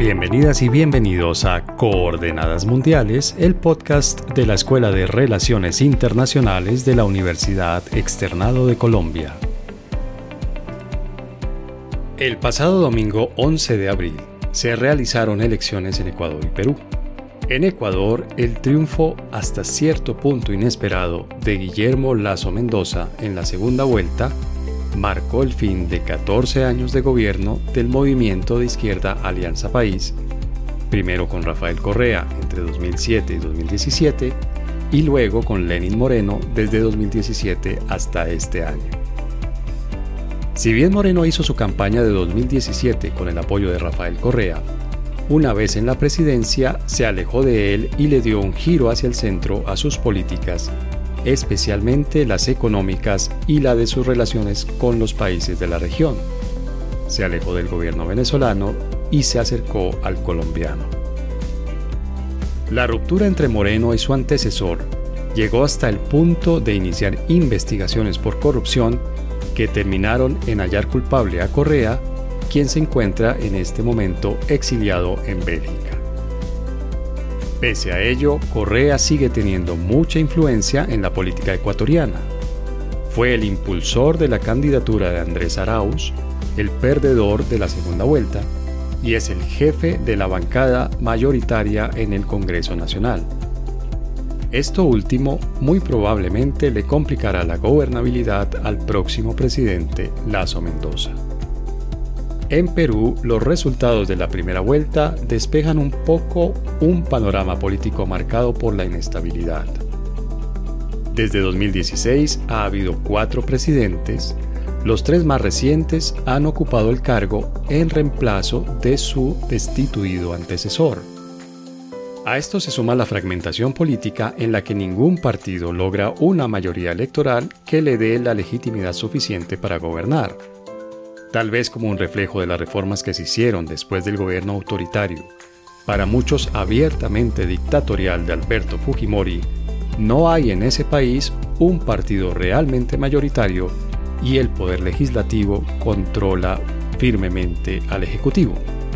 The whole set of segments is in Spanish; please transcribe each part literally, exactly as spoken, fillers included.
Bienvenidas y bienvenidos a Coordenadas Mundiales, el podcast de la Escuela de Relaciones Internacionales de la Universidad Externado de Colombia. El pasado domingo once de abril se realizaron elecciones en Ecuador y Perú. En Ecuador, el triunfo hasta cierto punto inesperado de Guillermo Lasso Mendoza en la segunda vuelta marcó el fin de catorce años de gobierno del movimiento de izquierda Alianza País, primero con Rafael Correa entre dos mil siete y dos mil diecisiete y luego con Lenín Moreno desde dos mil diecisiete hasta este año. Si bien Moreno hizo su campaña de dos mil diecisiete con el apoyo de Rafael Correa, una vez en la presidencia se alejó de él y le dio un giro hacia el centro a sus políticas, especialmente las económicas y la de sus relaciones con los países de la región. Se alejó del gobierno venezolano y se acercó al colombiano. La ruptura entre Moreno y su antecesor llegó hasta el punto de iniciar investigaciones por corrupción que terminaron en hallar culpable a Correa, quien se encuentra en este momento exiliado en Bélgica. Pese a ello, Correa sigue teniendo mucha influencia en la política ecuatoriana. Fue el impulsor de la candidatura de Andrés Arauz, el perdedor de la segunda vuelta, y es el jefe de la bancada mayoritaria en el Congreso Nacional. Esto último muy probablemente le complicará la gobernabilidad al próximo presidente Lasso Mendoza. En Perú, los resultados de la primera vuelta despejan un poco un panorama político marcado por la inestabilidad. Desde dos mil dieciséis ha habido cuatro presidentes, los tres más recientes han ocupado el cargo en reemplazo de su destituido antecesor. A esto se suma la fragmentación política en la que ningún partido logra una mayoría electoral que le dé la legitimidad suficiente para gobernar. Tal vez como un reflejo de las reformas que se hicieron después del gobierno autoritario, para muchos abiertamente dictatorial de Alberto Fujimori, no hay en ese país un partido realmente mayoritario y el poder legislativo controla firmemente al Ejecutivo.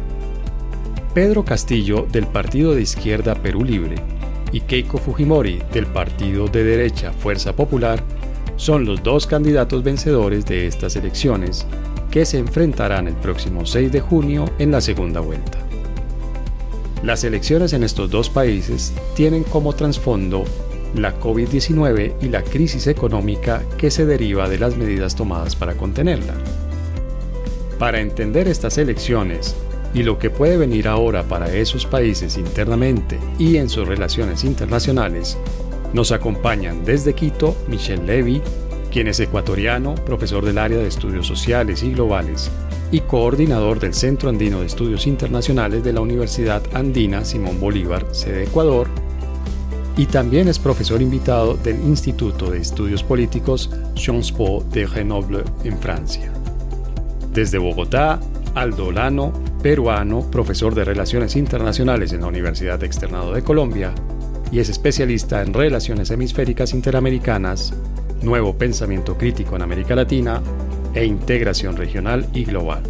Pedro Castillo, del partido de izquierda Perú Libre, y Keiko Fujimori, del partido de derecha Fuerza Popular, son los dos candidatos vencedores de estas elecciones, que se enfrentarán el próximo seis de junio en la segunda vuelta. Las elecciones en estos dos países tienen como trasfondo la COVID diecinueve y la crisis económica que se deriva de las medidas tomadas para contenerla. Para entender estas elecciones y lo que puede venir ahora para esos países internamente y en sus relaciones internacionales, nos acompañan desde Quito Michel Levy, quien es ecuatoriano, profesor del área de Estudios Sociales y Globales y coordinador del Centro Andino de Estudios Internacionales de la Universidad Andina Simón Bolívar, sede Ecuador, y también es profesor invitado del Instituto de Estudios Políticos Sciences Po de Grenoble en Francia. Desde Bogotá, Aldo Olano, peruano, profesor de Relaciones Internacionales en la Universidad Externado de Colombia y es especialista en Relaciones Hemisféricas Interamericanas, Nuevo Pensamiento Crítico en América Latina e Integración Regional y Global.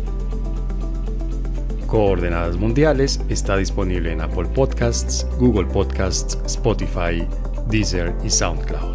Coordenadas Mundiales está disponible en Apple Podcasts, Google Podcasts, Spotify, Deezer y SoundCloud.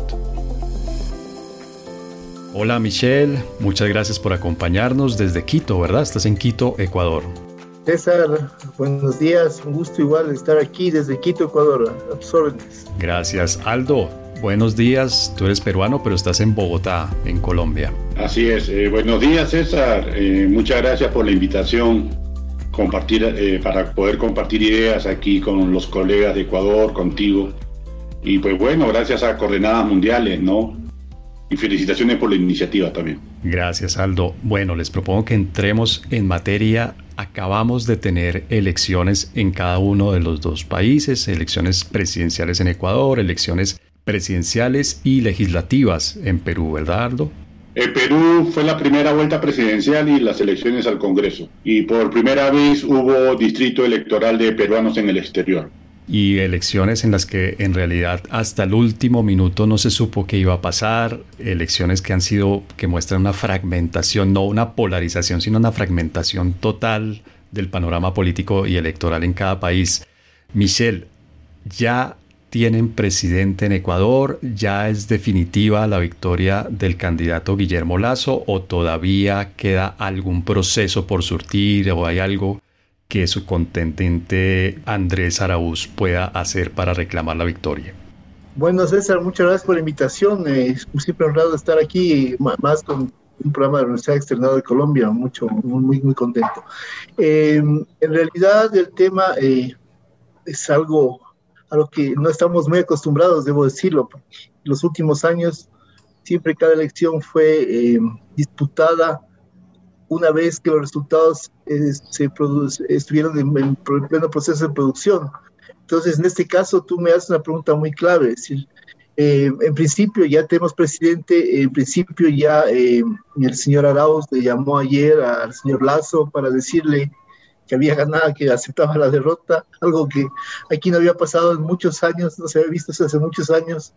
Hola Michelle, muchas gracias por acompañarnos desde Quito, ¿verdad? Estás en Quito, Ecuador. César, buenos días, un gusto igual estar aquí desde Quito, Ecuador, a tus órdenes. Gracias. Aldo, buenos días, tú eres peruano pero estás en Bogotá, en Colombia. Así es, eh, buenos días César, eh, muchas gracias por la invitación compartir, eh, para poder compartir ideas aquí con los colegas de Ecuador, contigo. Y pues bueno, gracias a Coordenadas Mundiales, ¿no? Y felicitaciones por la iniciativa también. Gracias, Aldo. Bueno, les propongo que entremos en materia. Acabamos de tener elecciones en cada uno de los dos países, elecciones presidenciales en Ecuador, elecciones presidenciales y legislativas en Perú, ¿verdad, Aldo? En Perú fue la primera vuelta presidencial y las elecciones al Congreso. Y por primera vez hubo distrito electoral de peruanos en el exterior. Y elecciones en las que en realidad hasta el último minuto no se supo qué iba a pasar, elecciones que han sido, que muestran una fragmentación, no una polarización, sino una fragmentación total del panorama político y electoral en cada país. Michel, ¿ya tienen presidente en Ecuador? ¿Ya es definitiva la victoria del candidato Guillermo Lasso o todavía queda algún proceso por surtir o hay algo que su contendiente Andrés Araúz pueda hacer para reclamar la victoria? Bueno, César, muchas gracias por la invitación. Eh, es siempre honrado estar aquí, más con un programa de la Universidad Externado de Colombia. Mucho, muy, muy contento. Eh, en realidad, el tema eh, es algo a lo que no estamos muy acostumbrados, debo decirlo. En los últimos años, siempre cada elección fue eh, disputada una vez que los resultados eh, se produce, estuvieron en, en pleno proceso de producción. Entonces, en este caso, tú me haces una pregunta muy clave. Es decir, eh, en principio ya tenemos presidente, en principio ya eh, el señor Arauz le llamó ayer al señor Lasso para decirle que había ganado, que aceptaba la derrota, algo que aquí no había pasado en muchos años, no se había visto hace muchos años.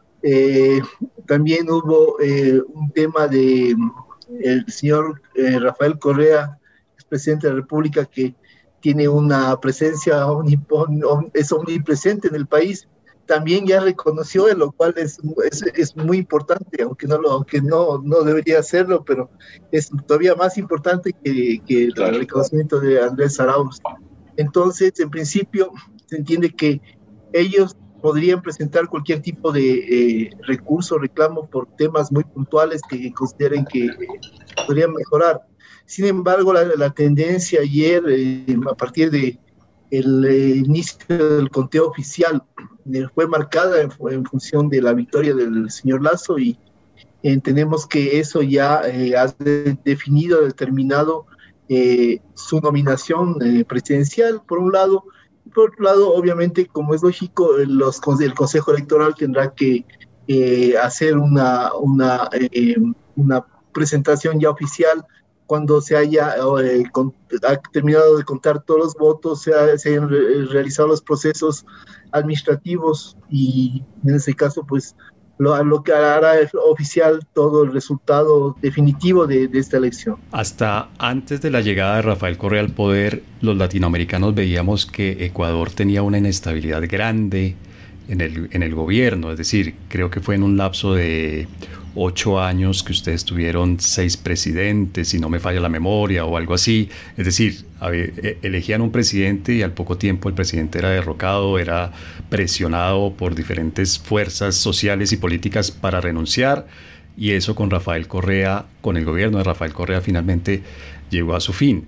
Eh, también hubo eh, un tema de el señor eh, Rafael Correa, expresidente de la República, que tiene una presencia, omnip- es omnipresente en el país, también ya reconoció, lo cual es, es, es muy importante, aunque, no, lo, aunque no, no debería hacerlo, pero es todavía más importante que, que el reconocimiento de Andrés Arauz. Entonces, en principio, se entiende que ellos podrían presentar cualquier tipo de eh, recurso, reclamo por temas muy puntuales que consideren que eh, podrían mejorar. Sin embargo, la, la tendencia ayer, eh, a partir de el eh, inicio del conteo oficial, eh, fue marcada en, en función de la victoria del señor Lasso, y entendemos que eso ya eh, ha de, definido, determinado eh, su nominación eh, presidencial, por un lado. Por otro lado, obviamente, como es lógico, los, el Consejo Electoral tendrá que eh, hacer una, una, eh, una presentación ya oficial cuando se haya eh, con, ha terminado de contar todos los votos, se, ha, se hayan re, realizado los procesos administrativos, y en ese caso, pues, lo, lo que hará oficial todo el resultado definitivo de, de esta elección. Hasta antes de la llegada de Rafael Correa al poder, los latinoamericanos veíamos que Ecuador tenía una inestabilidad grande en el, en el gobierno, es decir, creo que fue en un lapso de ocho años que ustedes tuvieron seis presidentes, si no me falla la memoria o algo así. Es decir, elegían un presidente y al poco tiempo el presidente era derrocado, era presionado por diferentes fuerzas sociales y políticas para renunciar, y eso con Rafael Correa, con el gobierno de Rafael Correa, finalmente llegó a su fin.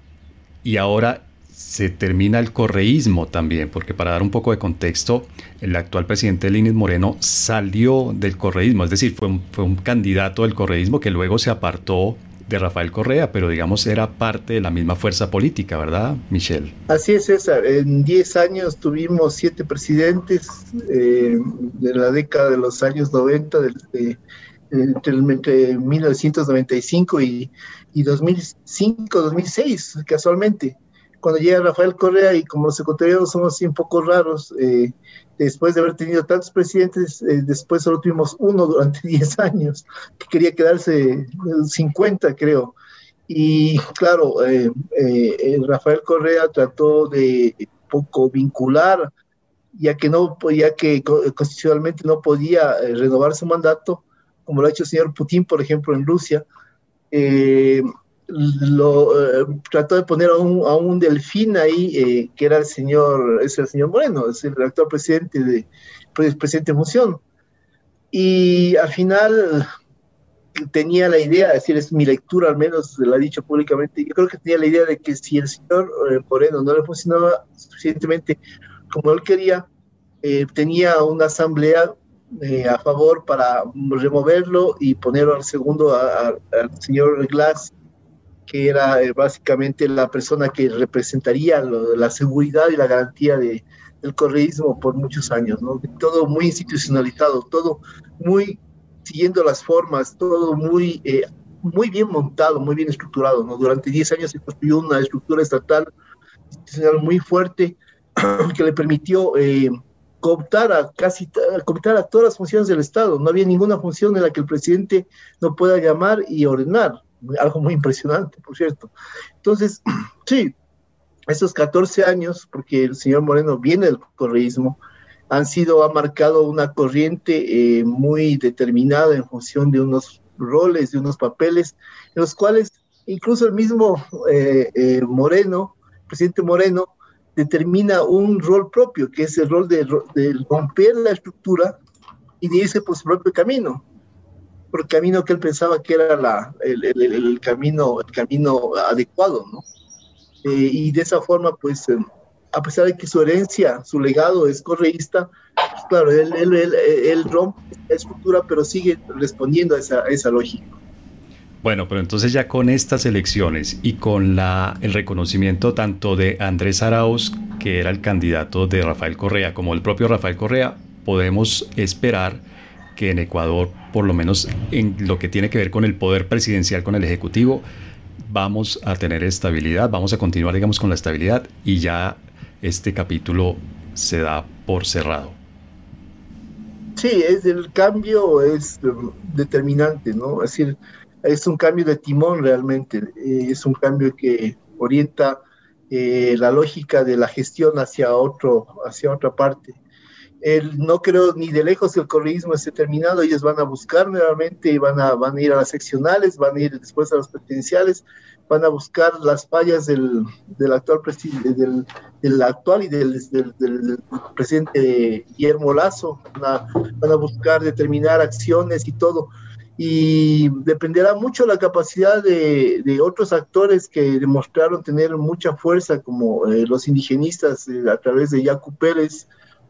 Y ahora se termina el correísmo también, porque para dar un poco de contexto, el actual presidente Lenín Moreno salió del correísmo, es decir, fue un, fue un candidato del correísmo que luego se apartó de Rafael Correa, pero digamos era parte de la misma fuerza política, ¿verdad, Michel? Así es, César. En diez años tuvimos siete presidentes eh, de la década de los años noventa, de, de, entre, entre mil novecientos noventa y cinco y, y dos mil cinco, dos mil seis, casualmente. Cuando llega Rafael Correa, y como los ecuatorianos somos así un poco raros, eh, después de haber tenido tantos presidentes, eh, después solo tuvimos uno durante diez años, que quería quedarse cincuenta, creo. Y claro, eh, eh, Rafael Correa trató de poco vincular, ya que, no, ya que constitucionalmente no podía eh, renovar su mandato, como lo ha hecho el señor Putin, por ejemplo, en Rusia. Eh, Lo, eh, trató de poner a un, a un delfín ahí, eh, que era el señor, es el señor Moreno, es el actual presidente de presidente en función. Y al final tenía la idea, es decir, es mi lectura, al menos lo ha dicho públicamente, yo creo que tenía la idea de que si el señor eh, Moreno no le funcionaba suficientemente como él quería, eh, tenía una asamblea eh, a favor para removerlo y ponerlo al segundo, a, a, al señor Glass, que era eh, básicamente la persona que representaría lo, la seguridad y la garantía de, del correísmo por muchos años, ¿no? Todo muy institucionalizado, todo muy siguiendo las formas, todo muy, eh, muy bien montado, muy bien estructurado, ¿no? Durante diez años se construyó una estructura estatal institucional muy fuerte que le permitió eh, cooptar a casi cooptar a todas las funciones del Estado. No había ninguna función en la que el presidente no pueda llamar y ordenar. Algo muy impresionante, por cierto. Entonces, sí, Estos catorce años, porque el señor Moreno viene del correísmo, han sido, ha marcado una corriente eh, muy determinada en función de unos roles, de unos papeles, en los cuales incluso el mismo eh, eh, Moreno, presidente Moreno, determina un rol propio, que es el rol de, de romper la estructura y de irse por su propio camino, por el camino que él pensaba que era la, el, el, el, camino, el camino adecuado, ¿no? Eh, y de esa forma, pues, eh, a pesar de que su herencia, su legado es correísta, pues, claro, él, él, él, él rompe la estructura, pero sigue respondiendo a esa, a esa lógica. Bueno, pero entonces ya con estas elecciones y con la, el reconocimiento tanto de Andrés Arauz, que era el candidato de Rafael Correa, como el propio Rafael Correa, podemos esperar que en Ecuador, por lo menos en lo que tiene que ver con el poder presidencial, con el ejecutivo, vamos a tener estabilidad, vamos a continuar, digamos, con la estabilidad, y ya este capítulo se da por cerrado. Sí, es, el cambio es determinante, ¿no? Es decir, es un cambio de timón realmente, eh, es un cambio que orienta eh, la lógica de la gestión hacia, otro, hacia otra parte. El, no creo ni de lejos que el correísmo esté terminado, ellos van a buscar nuevamente, van a, van a ir a las seccionales, van a ir después a las presidenciales, van a buscar las fallas del, del actual presidente, del, del actual y del, del, del presidente Guillermo Lasso, van a, van a buscar determinar acciones y todo, y dependerá mucho la capacidad de, de otros actores que demostraron tener mucha fuerza, como eh, los indigenistas eh, a través de Yacu Pérez,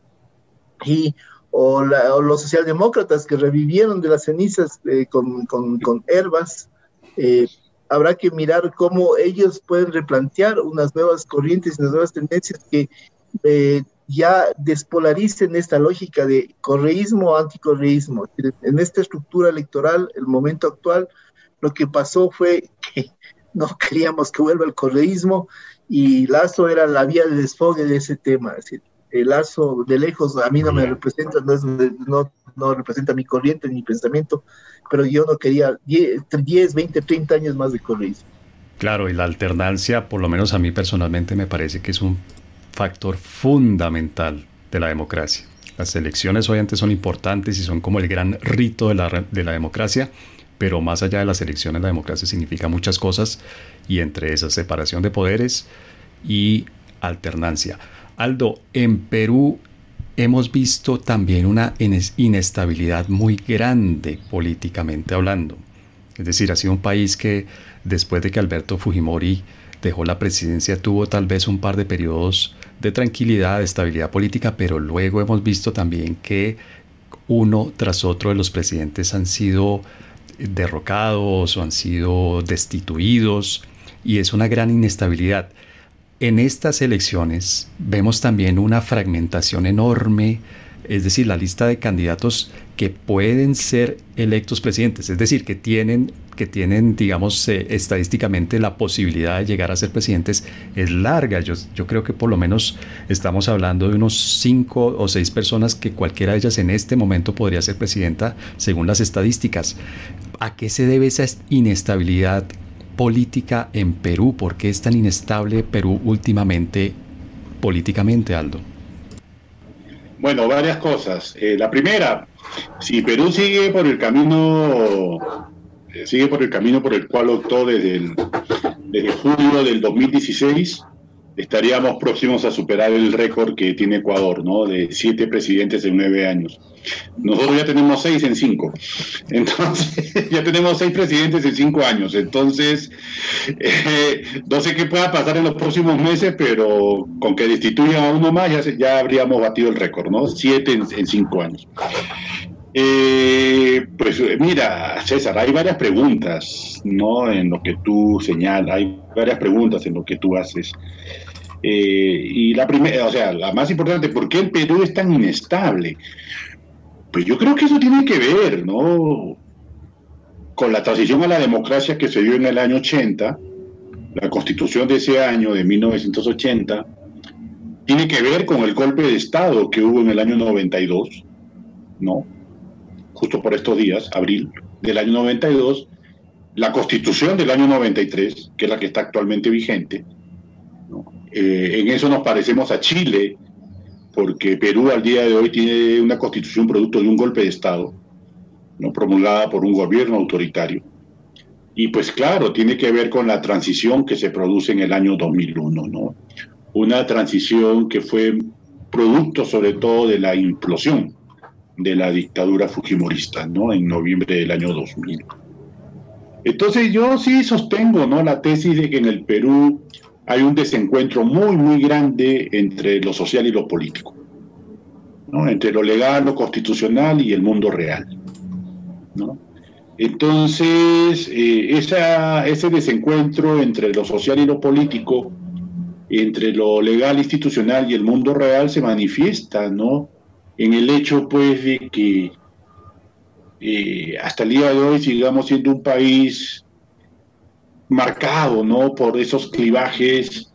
y o, la, o los socialdemócratas que revivieron de las cenizas eh, con, con, con Herbas. Eh, habrá que mirar cómo ellos pueden replantear unas nuevas corrientes, unas nuevas tendencias que eh, ya despolaricen esta lógica de correísmo o anticorreísmo. En esta estructura electoral, el momento actual, lo que pasó fue que no queríamos que vuelva el correísmo, y Lasso era la vía de desfogue de ese tema. Es decir, el Lasso de lejos a mí no me representa, no, es, no, no representa mi corriente ni mi pensamiento, pero yo no quería diez, veinte, treinta años más de correísmo. Claro, y la alternancia, por lo menos a mí personalmente, me parece que es un factor fundamental de la democracia. Las elecciones obviamente son importantes y son como el gran rito de la, de la democracia, pero más allá de las elecciones, la democracia significa muchas cosas, y entre esas separación de poderes y alternancia. Aldo, en Perú hemos visto también una inestabilidad muy grande políticamente hablando. Es decir, ha sido un país que después de que Alberto Fujimori dejó la presidencia tuvo tal vez un par de periodos de tranquilidad, de estabilidad política, pero luego hemos visto también que uno tras otro de los presidentes han sido derrocados o han sido destituidos, y es una gran inestabilidad. En estas elecciones vemos también una fragmentación enorme, es decir, la lista de candidatos que pueden ser electos presidentes, es decir, que tienen, que tienen digamos, eh, estadísticamente la posibilidad de llegar a ser presidentes es larga. Yo, yo creo que por lo menos estamos hablando de unos cinco o seis personas que cualquiera de ellas en este momento podría ser presidenta según las estadísticas. ¿A qué se debe esa inestabilidad política en Perú? ¿Por qué es tan inestable Perú últimamente políticamente, Aldo? Bueno, varias cosas. Eh, la primera, si Perú sigue por el camino, eh, sigue por el camino por el cual optó desde, el, desde julio del dos mil dieciséis, estaríamos próximos a superar el récord que tiene Ecuador, ¿no? De siete presidentes en nueve años. Nosotros ya tenemos seis en cinco. Entonces, ya tenemos seis presidentes en cinco años. Entonces, eh, no sé qué pueda pasar en los próximos meses, pero con que destituyan a uno más, ya, ya habríamos batido el récord, ¿no? Siete en, en cinco años. Eh, pues mira, César, hay varias preguntas, ¿no? En lo que tú señalas, hay varias preguntas en lo que tú haces. Eh, y la primera, o sea, la más importante, ¿por qué el Perú es tan inestable? Pues yo creo que eso tiene que ver, ¿no? Con la transición a la democracia que se dio en el año ochenta, la constitución de ese año, de mil novecientos ochenta, tiene que ver con el golpe de Estado que hubo en el año noventa y dos, ¿no? Justo por estos días, abril del año noventa y dos, la constitución del año noventa y tres, que es la que está actualmente vigente, ¿no? Eh, en eso nos parecemos a Chile, porque Perú al día de hoy tiene una constitución producto de un golpe de Estado, ¿no? Promulgada por un gobierno autoritario. Y pues claro, tiene que ver con la transición que se produce en el año dos mil uno, ¿no? Una transición que fue producto sobre todo de la implosión de la dictadura fujimorista, ¿no? En noviembre del año dos mil. Entonces yo sí sostengo, ¿no?, la tesis de que en el Perú hay un desencuentro muy, muy grande entre lo social y lo político, ¿no? Entre lo legal, lo constitucional y el mundo real, ¿no? Entonces, eh, esa, ese desencuentro entre lo social y lo político, entre lo legal, institucional y el mundo real se manifiesta, ¿no?, en el hecho, pues, de que eh, hasta el día de hoy sigamos siendo un país marcado, ¿no?, por esos clivajes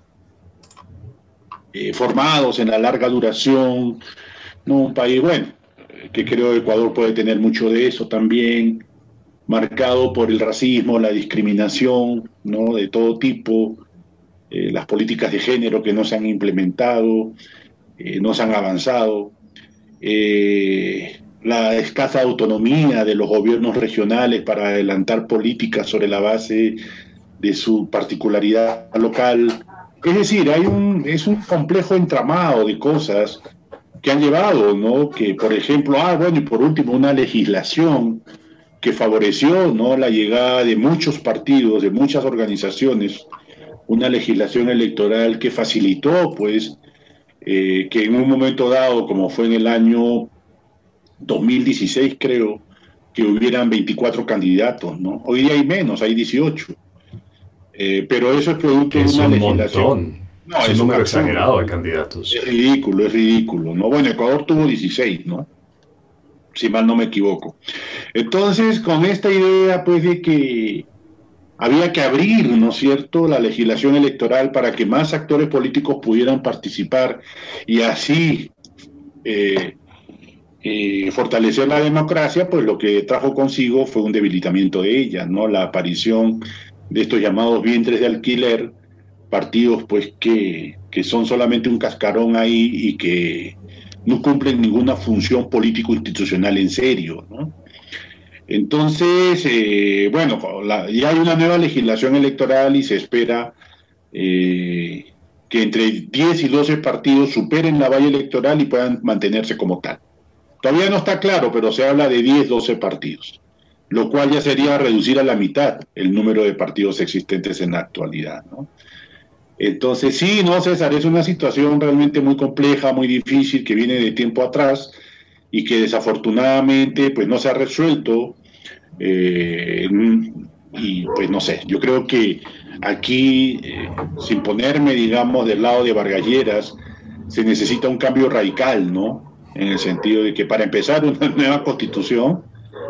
eh, formados en la larga duración, ¿no? Un país, bueno, que creo que Ecuador puede tener mucho de eso también, marcado por el racismo, la discriminación, ¿no?, de todo tipo, eh, las políticas de género que no se han implementado, eh, no se han avanzado, eh, la escasa autonomía de los gobiernos regionales para adelantar políticas sobre la base de su particularidad local. Es decir, hay un, es un complejo entramado de cosas que han llevado, ¿no?, que, por ejemplo, ah, bueno, y por último, una legislación que favoreció, ¿no?, la llegada de muchos partidos, de muchas organizaciones, una legislación electoral que facilitó, pues, eh, que en un momento dado, como fue en el año dos mil dieciséis, creo, que hubieran veinticuatro candidatos, ¿no? Hoy día hay menos, hay dieciocho. Eh, pero eso es producto es de una un legislación. Montón. No, es, es un número un exagerado de candidatos. Es ridículo, es ridículo, ¿no? Bueno, Ecuador tuvo dieciséis, ¿no?, si mal no me equivoco. Entonces, con esta idea, pues, de que había que abrir, ¿no es cierto?, la legislación electoral para que más actores políticos pudieran participar y así eh, eh, fortalecer la democracia, pues lo que trajo consigo fue un debilitamiento de ella, ¿no?, la aparición de estos llamados vientres de alquiler, partidos, pues, que, que son solamente un cascarón ahí y que no cumplen ninguna función político-institucional en serio, ¿no? Entonces, eh, bueno, la, ya hay una nueva legislación electoral y se espera eh, que entre diez y doce partidos superen la valla electoral y puedan mantenerse como tal. Todavía no está claro, pero se habla de diez, doce partidos, lo cual ya sería reducir a la mitad el número de partidos existentes en la actualidad, ¿no? Entonces, sí, no, César, es una situación realmente muy compleja, muy difícil, que viene de tiempo atrás y que desafortunadamente pues no se ha resuelto, eh, y pues no sé, yo creo que aquí, eh, sin ponerme, digamos, del lado de Vargas Lleras, se necesita un cambio radical, ¿no?, en el sentido de que para empezar una nueva constitución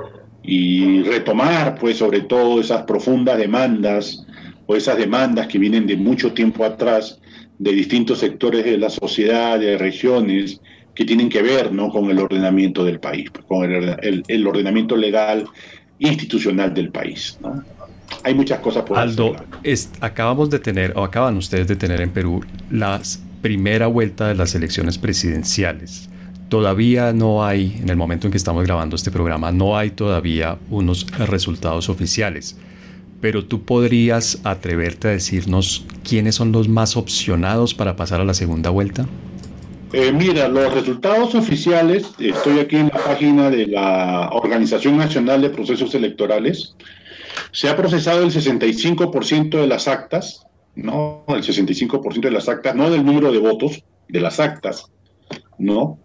y retomar, pues, sobre todo esas profundas demandas o esas demandas que vienen de mucho tiempo atrás de distintos sectores de la sociedad, de regiones, que tienen que ver, ¿no?, con el ordenamiento del país, con el, el, el ordenamiento legal institucional del país, ¿no? Hay muchas cosas por Aldo, hacer. es, acabamos de tener, o acaban ustedes de tener en Perú la primera vuelta de las elecciones presidenciales. Todavía no hay, en el momento en que estamos grabando este programa, no hay todavía unos resultados oficiales. Pero tú podrías atreverte a decirnos quiénes son los más opcionados para pasar a la segunda vuelta. Eh, mira, los resultados oficiales, estoy aquí en la página de la Organización Nacional de Procesos Electorales. Se ha procesado el sesenta y cinco por ciento de las actas, ¿no? El sesenta y cinco por ciento de las actas, no del número de votos, de las actas, ¿no?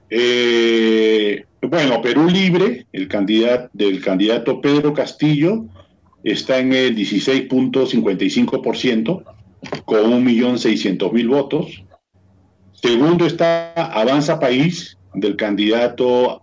Eh, bueno, Perú Libre, el candidato, del candidato Pedro Castillo, está en el dieciséis punto cincuenta y cinco por ciento con un millón seiscientos mil votos. Segundo está Avanza País, del candidato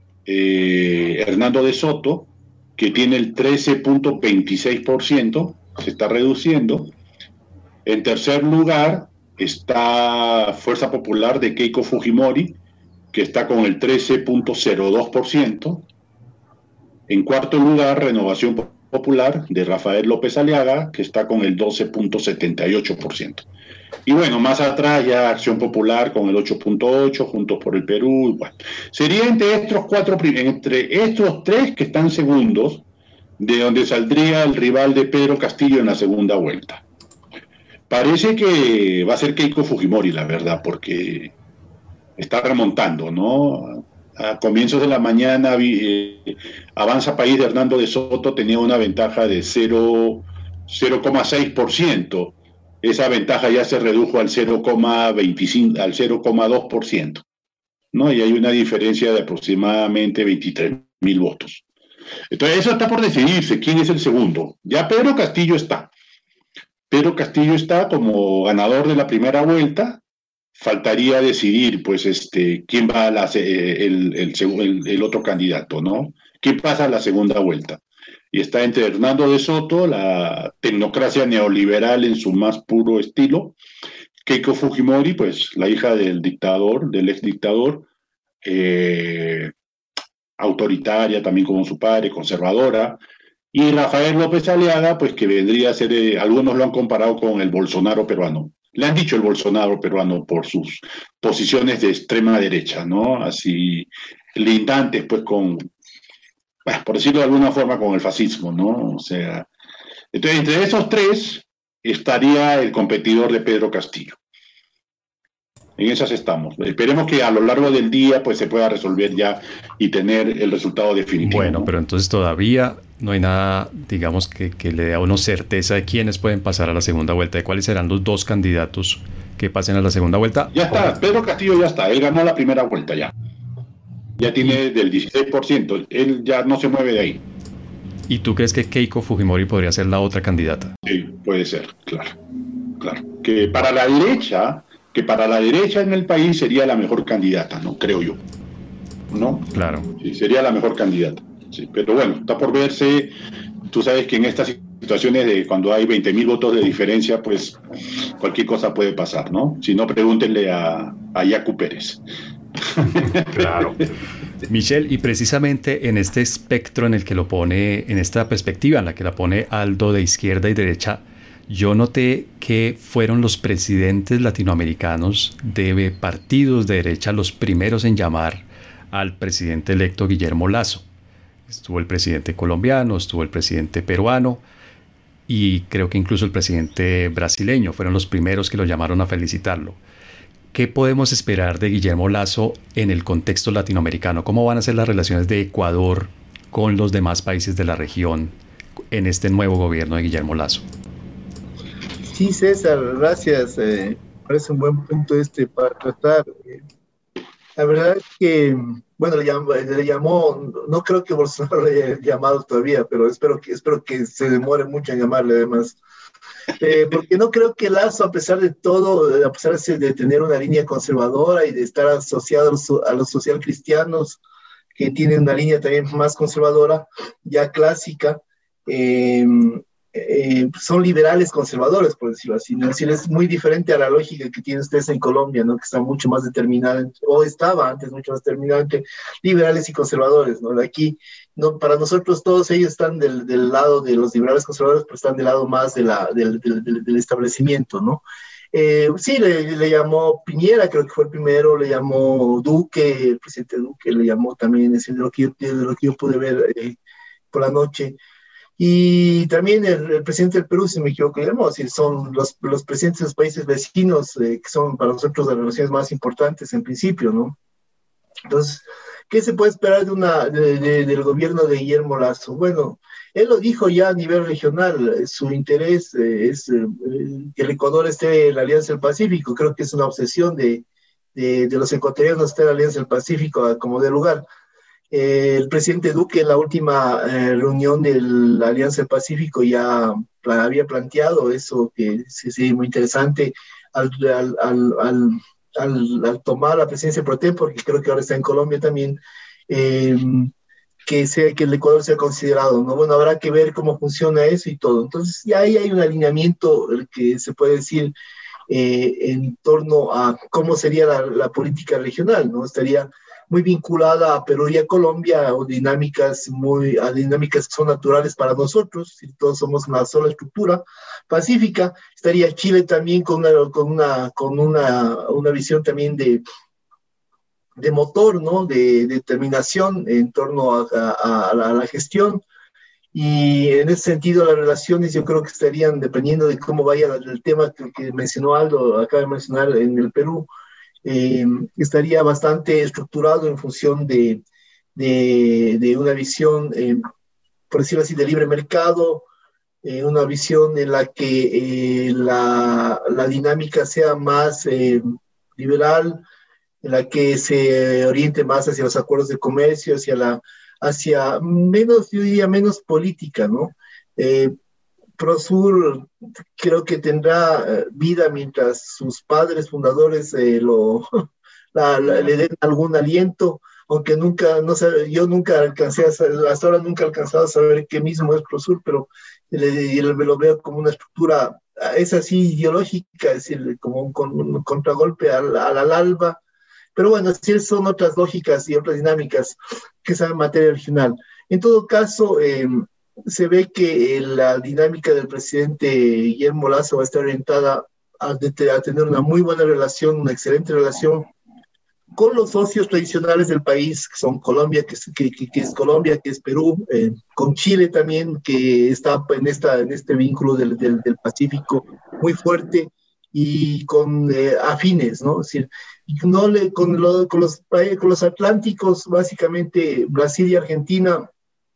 eh, Hernando de Soto, que tiene el trece punto veintiséis por ciento, se está reduciendo. En tercer lugar está Fuerza Popular de Keiko Fujimori, que está con el trece punto cero dos por ciento. En cuarto lugar, Renovación Popular de Rafael López Aliaga, que está con el doce punto setenta y ocho por ciento. Y bueno, más atrás ya Acción Popular con el ocho punto ocho, Juntos por el Perú. Y bueno, sería entre estos cuatro, entre estos tres que están segundos, de donde saldría el rival de Pedro Castillo en la segunda vuelta. Parece que va a ser Keiko Fujimori, la verdad, porque está remontando, ¿no? A comienzos de la mañana, eh, Avanza País de Hernando de Soto tenía una ventaja de cero coma seis por ciento. Esa ventaja ya se redujo al cero coma veinticinco, al cero coma dos por ciento, ¿no? Y hay una diferencia de aproximadamente veintitrés mil votos. Entonces, eso está por decidirse. ¿Quién es el segundo? Ya Pedro Castillo está. Pedro Castillo está como ganador de la primera vuelta. Faltaría decidir, pues, este, quién va a la, el, el, el, el otro candidato, ¿no? ¿Quién pasa a la segunda vuelta? Y está entre Hernando de Soto, la tecnocracia neoliberal en su más puro estilo, Keiko Fujimori, pues, la hija del dictador, del ex dictador, eh, autoritaria también como su padre, conservadora, y Rafael López Aliaga, pues, que vendría a ser, eh, algunos lo han comparado con el Bolsonaro peruano. Le han dicho el Bolsonaro peruano por sus posiciones de extrema derecha, ¿no? Así lindantes, pues, con, bueno, por decirlo de alguna forma, con el fascismo, ¿no? O sea, entonces, entre esos tres estaría el competidor de Pedro Castillo. En esas estamos. Esperemos que a lo largo del día pues se pueda resolver ya y tener el resultado definitivo. Bueno, ¿no? Pero entonces todavía no hay nada, digamos, que, que le dé a uno certeza de quiénes pueden pasar a la segunda vuelta, de cuáles serán los dos candidatos que pasen a la segunda vuelta. Ya está, Pedro Castillo ya está, él ganó la primera vuelta ya. Ya tiene del dieciséis por ciento, él ya no se mueve de ahí. ¿Y tú crees que Keiko Fujimori podría ser la otra candidata? Sí, puede ser, claro, claro. Que para la derecha... que para la derecha en el país sería la mejor candidata, ¿no? Creo yo, ¿no? Claro. Sí, sería la mejor candidata, sí. Pero bueno, está por verse. Tú sabes que en estas situaciones de cuando hay veinte mil votos de diferencia, pues cualquier cosa puede pasar, ¿no? Si no, pregúntenle a, a Yacu Pérez. Claro. Michelle, y precisamente en este espectro en el que lo pone, en esta perspectiva en la que la pone Aldo de izquierda y derecha, yo noté que fueron los presidentes latinoamericanos de partidos de derecha los primeros en llamar al presidente electo Guillermo Lasso. Estuvo el presidente colombiano, estuvo el presidente peruano y creo que incluso el presidente brasileño fueron los primeros que lo llamaron a felicitarlo. ¿Qué podemos esperar de Guillermo Lasso en el contexto latinoamericano? ¿Cómo van a ser las relaciones de Ecuador con los demás países de la región en este nuevo gobierno de Guillermo Lasso? Sí, César, gracias. Eh, parece un buen punto este para tratar. Eh, la verdad es que, bueno, le llamó, le llamó, no creo que Bolsonaro le haya llamado todavía, pero espero que, espero que se demore mucho en llamarle además. Eh, porque no creo que Lasso, a pesar de todo, a pesar de tener una línea conservadora y de estar asociado a los, a los socialcristianos, que tienen una línea también más conservadora, ya clásica, eh, Eh, son liberales conservadores, por decirlo así, ¿no? Es decir, es muy diferente a la lógica que tienen ustedes en Colombia, ¿no? Que está mucho más determinada, o estaba antes mucho más determinada entre liberales y conservadores, ¿no? De aquí, no, para nosotros todos ellos están del, del lado de los liberales conservadores, pero están del lado más de la, del, del, del, del establecimiento, ¿no? Eh, sí, le, le llamó Piñera, creo que fue el primero, le llamó Duque, el presidente Duque le llamó también, es de lo que yo, de lo que yo pude ver eh, por la noche. Y también el, el presidente del Perú, si me equivoco, llamó, es decir, son los, los presidentes de los países vecinos eh, que son para nosotros las relaciones más importantes en principio, ¿no? Entonces, ¿qué se puede esperar de una, de, de, del gobierno de Guillermo Lasso? Bueno, él lo dijo ya a nivel regional, su interés eh, es eh, que el Ecuador esté en la Alianza del Pacífico, creo que es una obsesión de, de, de los ecuatorianos estar en la Alianza del Pacífico a como de lugar. Eh, el presidente Duque en la última eh, reunión de la Alianza del Pacífico ya pla- había planteado eso, que sí, sí, muy interesante, al, al, al, al, al, al tomar la presidencia pro tem, porque creo que ahora está en Colombia también, eh, que, sea, que el Ecuador sea considerado, ¿no? Bueno, habrá que ver cómo funciona eso y todo. Entonces, ya ahí hay un alineamiento que se puede decir eh, en torno a cómo sería la, la política regional, ¿no? Estaría muy vinculada a Perú y a Colombia, o dinámicas muy, a dinámicas que son naturales para nosotros, si todos somos una sola estructura pacífica. Estaría Chile también con una, con una, con una, una visión también de, de motor, ¿no? De, de determinación en torno a, a, a, la, a la gestión. Y en ese sentido, las relaciones yo creo que estarían, dependiendo de cómo vaya el tema que, que mencionó Aldo, acaba de mencionar en el Perú, eh, estaría bastante estructurado en función de, de, de una visión, eh, por decirlo así, de libre mercado, eh, una visión en la que eh, la, la dinámica sea más eh, liberal, en la que se oriente más hacia los acuerdos de comercio, hacia la hacia menos, yo diría, menos política, ¿no? Eh, Prosur creo que tendrá vida mientras sus padres fundadores eh, lo, la, la, le den algún aliento, aunque nunca, no sé, yo nunca alcancé, a saber, hasta ahora nunca he alcanzado a saber qué mismo es Prosur, pero le, le, lo veo como una estructura, es así ideológica, es decir, como un, un contragolpe al, al alba. Pero bueno, sí son otras lógicas y otras dinámicas que saben materia regional. En todo caso, eh, se ve que eh, la dinámica del presidente Guillermo Lasso va a estar orientada a, a tener una muy buena relación, una excelente relación con los socios tradicionales del país, que son Colombia, que es, que, que, que es Colombia, que es Perú, eh, con Chile también, que está en, esta, en este vínculo del, del, del Pacífico muy fuerte, y con eh, afines, ¿no? Es decir, no le, con, lo, con, los, con los atlánticos, básicamente Brasil y Argentina,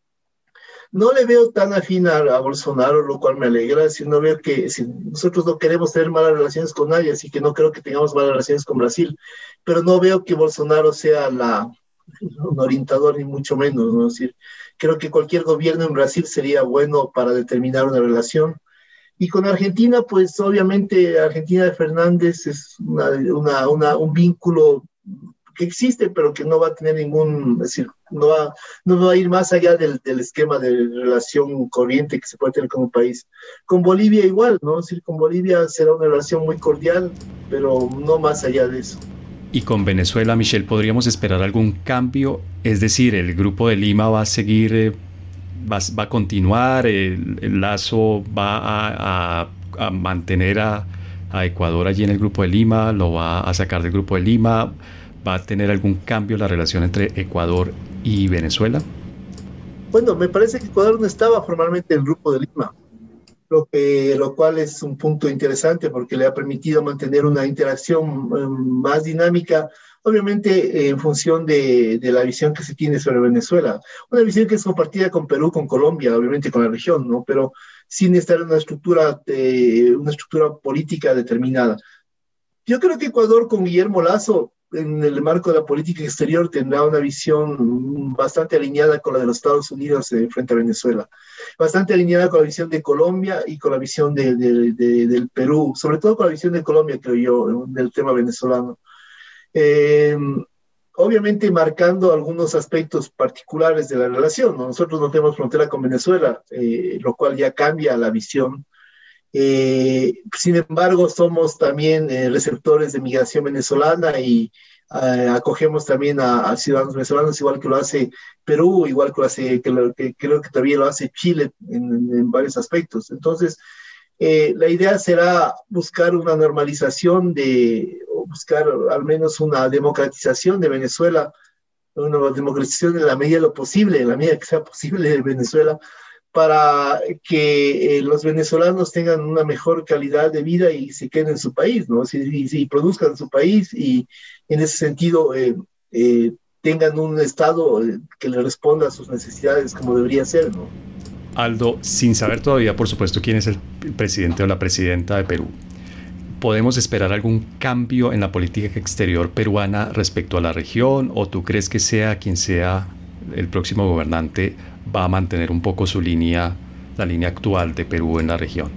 no le veo tan afín a, a Bolsonaro, lo cual me alegra, sino veo que si nosotros no queremos tener malas relaciones con nadie, así que no creo que tengamos malas relaciones con Brasil, pero no veo que Bolsonaro sea la, un orientador, ni mucho menos, ¿no? Es decir, creo que cualquier gobierno en Brasil sería bueno para determinar una relación. Y con Argentina, pues obviamente Argentina de Fernández es una, una, una, un vínculo que existe, pero que no va a tener ningún, es decir, no va, no va a ir más allá del, del esquema de relación corriente que se puede tener con un país. Con Bolivia igual, ¿no? Es decir, con Bolivia será una relación muy cordial, pero no más allá de eso. Y con Venezuela, Michel, ¿podríamos esperar algún cambio? Es decir, ¿el Grupo de Lima va a seguir... Eh... Va, va a continuar, el, el Lasso va a, a, a mantener a, a Ecuador allí en el Grupo de Lima, lo va a sacar del Grupo de Lima, va a tener algún cambio en la relación entre Ecuador y Venezuela? Bueno, me parece que Ecuador no estaba formalmente en el Grupo de Lima, lo, que, lo cual es un punto interesante porque le ha permitido mantener una interacción um, más dinámica, obviamente eh, en función de, de la visión que se tiene sobre Venezuela, una visión que es compartida con Perú, con Colombia, obviamente con la región, ¿no? Pero sin estar en una estructura, eh, una estructura política determinada. Yo creo que Ecuador con Guillermo Lasso, en el marco de la política exterior, tendrá una visión bastante alineada con la de los Estados Unidos eh, frente a Venezuela, bastante alineada con la visión de Colombia y con la visión de, de, de, del Perú, sobre todo con la visión de Colombia, creo yo, del tema venezolano. Eh, obviamente marcando algunos aspectos particulares de la relación, ¿no? Nosotros no tenemos frontera con Venezuela, eh, lo cual ya cambia la visión. Eh, sin embargo, somos también eh, receptores de migración venezolana y eh, acogemos también a, a ciudadanos venezolanos, igual que lo hace Perú, igual que lo hace, que, lo, que creo que también lo hace Chile en, en varios aspectos. Entonces, Eh, la idea será buscar una normalización de, o buscar al menos una democratización de Venezuela, una democratización en la medida de lo posible, en la medida que sea posible de Venezuela, para que eh, los venezolanos tengan una mejor calidad de vida y se queden en su país, ¿no? Si, y, y produzcan en su país y en ese sentido eh, eh, tengan un Estado que le responda a sus necesidades como debería ser, ¿no? Aldo, sin saber todavía, por supuesto, quién es el presidente o la presidenta de Perú, ¿podemos esperar algún cambio en la política exterior peruana respecto a la región? ¿O tú crees que sea quien sea el próximo gobernante va a mantener un poco su línea, la línea actual de Perú en la región?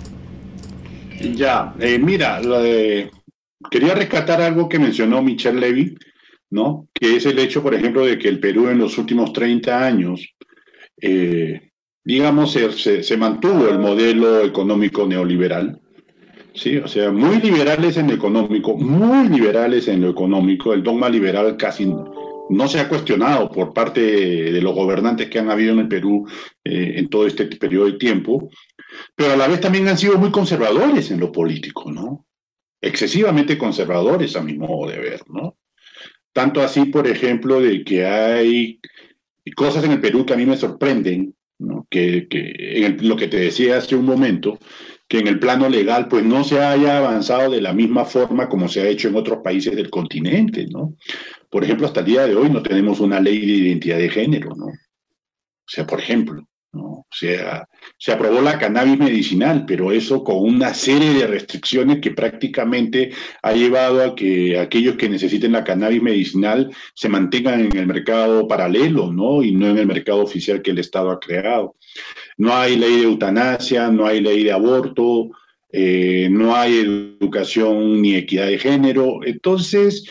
Ya, eh, mira, eh, quería rescatar algo que mencionó Michel Levy, ¿no? Que es el hecho, por ejemplo, de que el Perú en los últimos treinta años... Eh, digamos, se, se, se mantuvo el modelo económico neoliberal, ¿sí? O sea, muy liberales en lo económico, muy liberales en lo económico, el dogma liberal casi no se ha cuestionado por parte de los gobernantes que han habido en el Perú eh, en todo este periodo de tiempo, pero a la vez también han sido muy conservadores en lo político, ¿no? Excesivamente conservadores a mi modo de ver, ¿no? Tanto así, por ejemplo, de que hay cosas en el Perú que a mí me sorprenden, ¿no? Que, que en el, lo que te decía hace un momento, que en el plano legal pues no se haya avanzado de la misma forma como se ha hecho en otros países del continente, ¿no? Por ejemplo, hasta el día de hoy no tenemos una ley de identidad de género, ¿no? O sea, por ejemplo, ¿no? O sea, se aprobó la cannabis medicinal, pero eso con una serie de restricciones que prácticamente ha llevado a que aquellos que necesiten la cannabis medicinal se mantengan en el mercado paralelo, ¿no? Y no en el mercado oficial que el Estado ha creado. No hay ley de eutanasia, no hay ley de aborto, eh, no hay educación ni equidad de género. Entonces,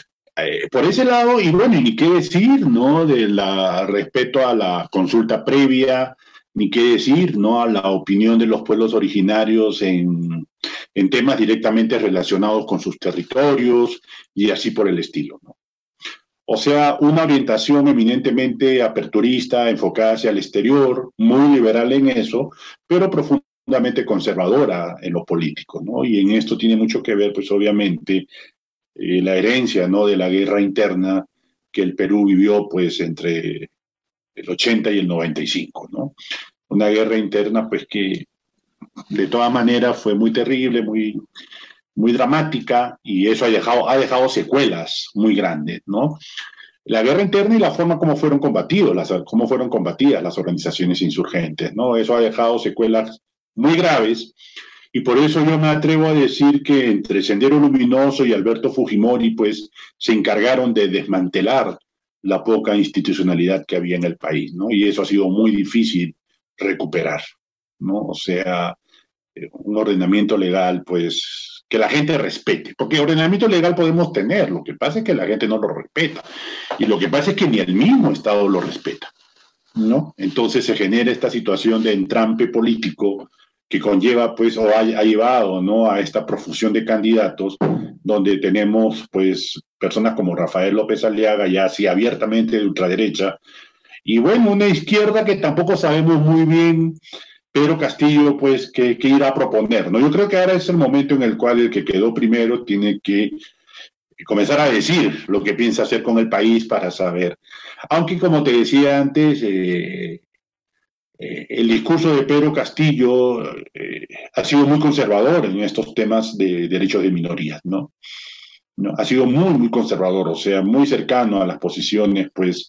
eh, por ese lado, y bueno, y ni qué decir, ¿no? De la respeto a la consulta previa, ni qué decir, ¿no? A la opinión de los pueblos originarios en, en temas directamente relacionados con sus territorios y así por el estilo, ¿no? O sea, una orientación eminentemente aperturista, enfocada hacia el exterior, muy liberal en eso, pero profundamente conservadora en lo político, ¿no? Y en esto tiene mucho que ver, pues obviamente, eh, la herencia, ¿no? De la guerra interna que el Perú vivió, pues, entre el ochenta y el noventa y cinco, ¿no? Una guerra interna, pues, que de todas maneras fue muy terrible, muy, muy dramática, y eso ha dejado, ha dejado secuelas muy grandes, ¿no? La guerra interna y la forma como fueron combatidos, las, cómo fueron combatidas las organizaciones insurgentes, ¿no? Eso ha dejado secuelas muy graves, y por eso yo me atrevo a decir que entre Sendero Luminoso y Alberto Fujimori, pues, se encargaron de desmantelar la poca institucionalidad que había en el país, ¿no? Y eso ha sido muy difícil recuperar, ¿no? O sea, un ordenamiento legal, pues, que la gente respete, porque ordenamiento legal podemos tener, lo que pasa es que la gente no lo respeta, y lo que pasa es que ni el mismo Estado lo respeta, ¿no? Entonces se genera esta situación de entrampe político que conlleva, pues, o ha, ha llevado, ¿no?, a esta profusión de candidatos, donde tenemos, pues, personas como Rafael López Aliaga, ya así abiertamente de ultraderecha, y bueno, una izquierda que tampoco sabemos muy bien Pedro Castillo, pues, ¿qué, qué irá a proponer, ¿no? Yo creo que ahora es el momento en el cual el que quedó primero tiene que comenzar a decir lo que piensa hacer con el país para saber. Aunque, como te decía antes, eh, eh, el discurso de Pedro Castillo eh, ha sido muy conservador en estos temas de derechos de minorías, ¿no? ¿no? Ha sido muy, muy conservador, o sea, muy cercano a las posiciones, pues,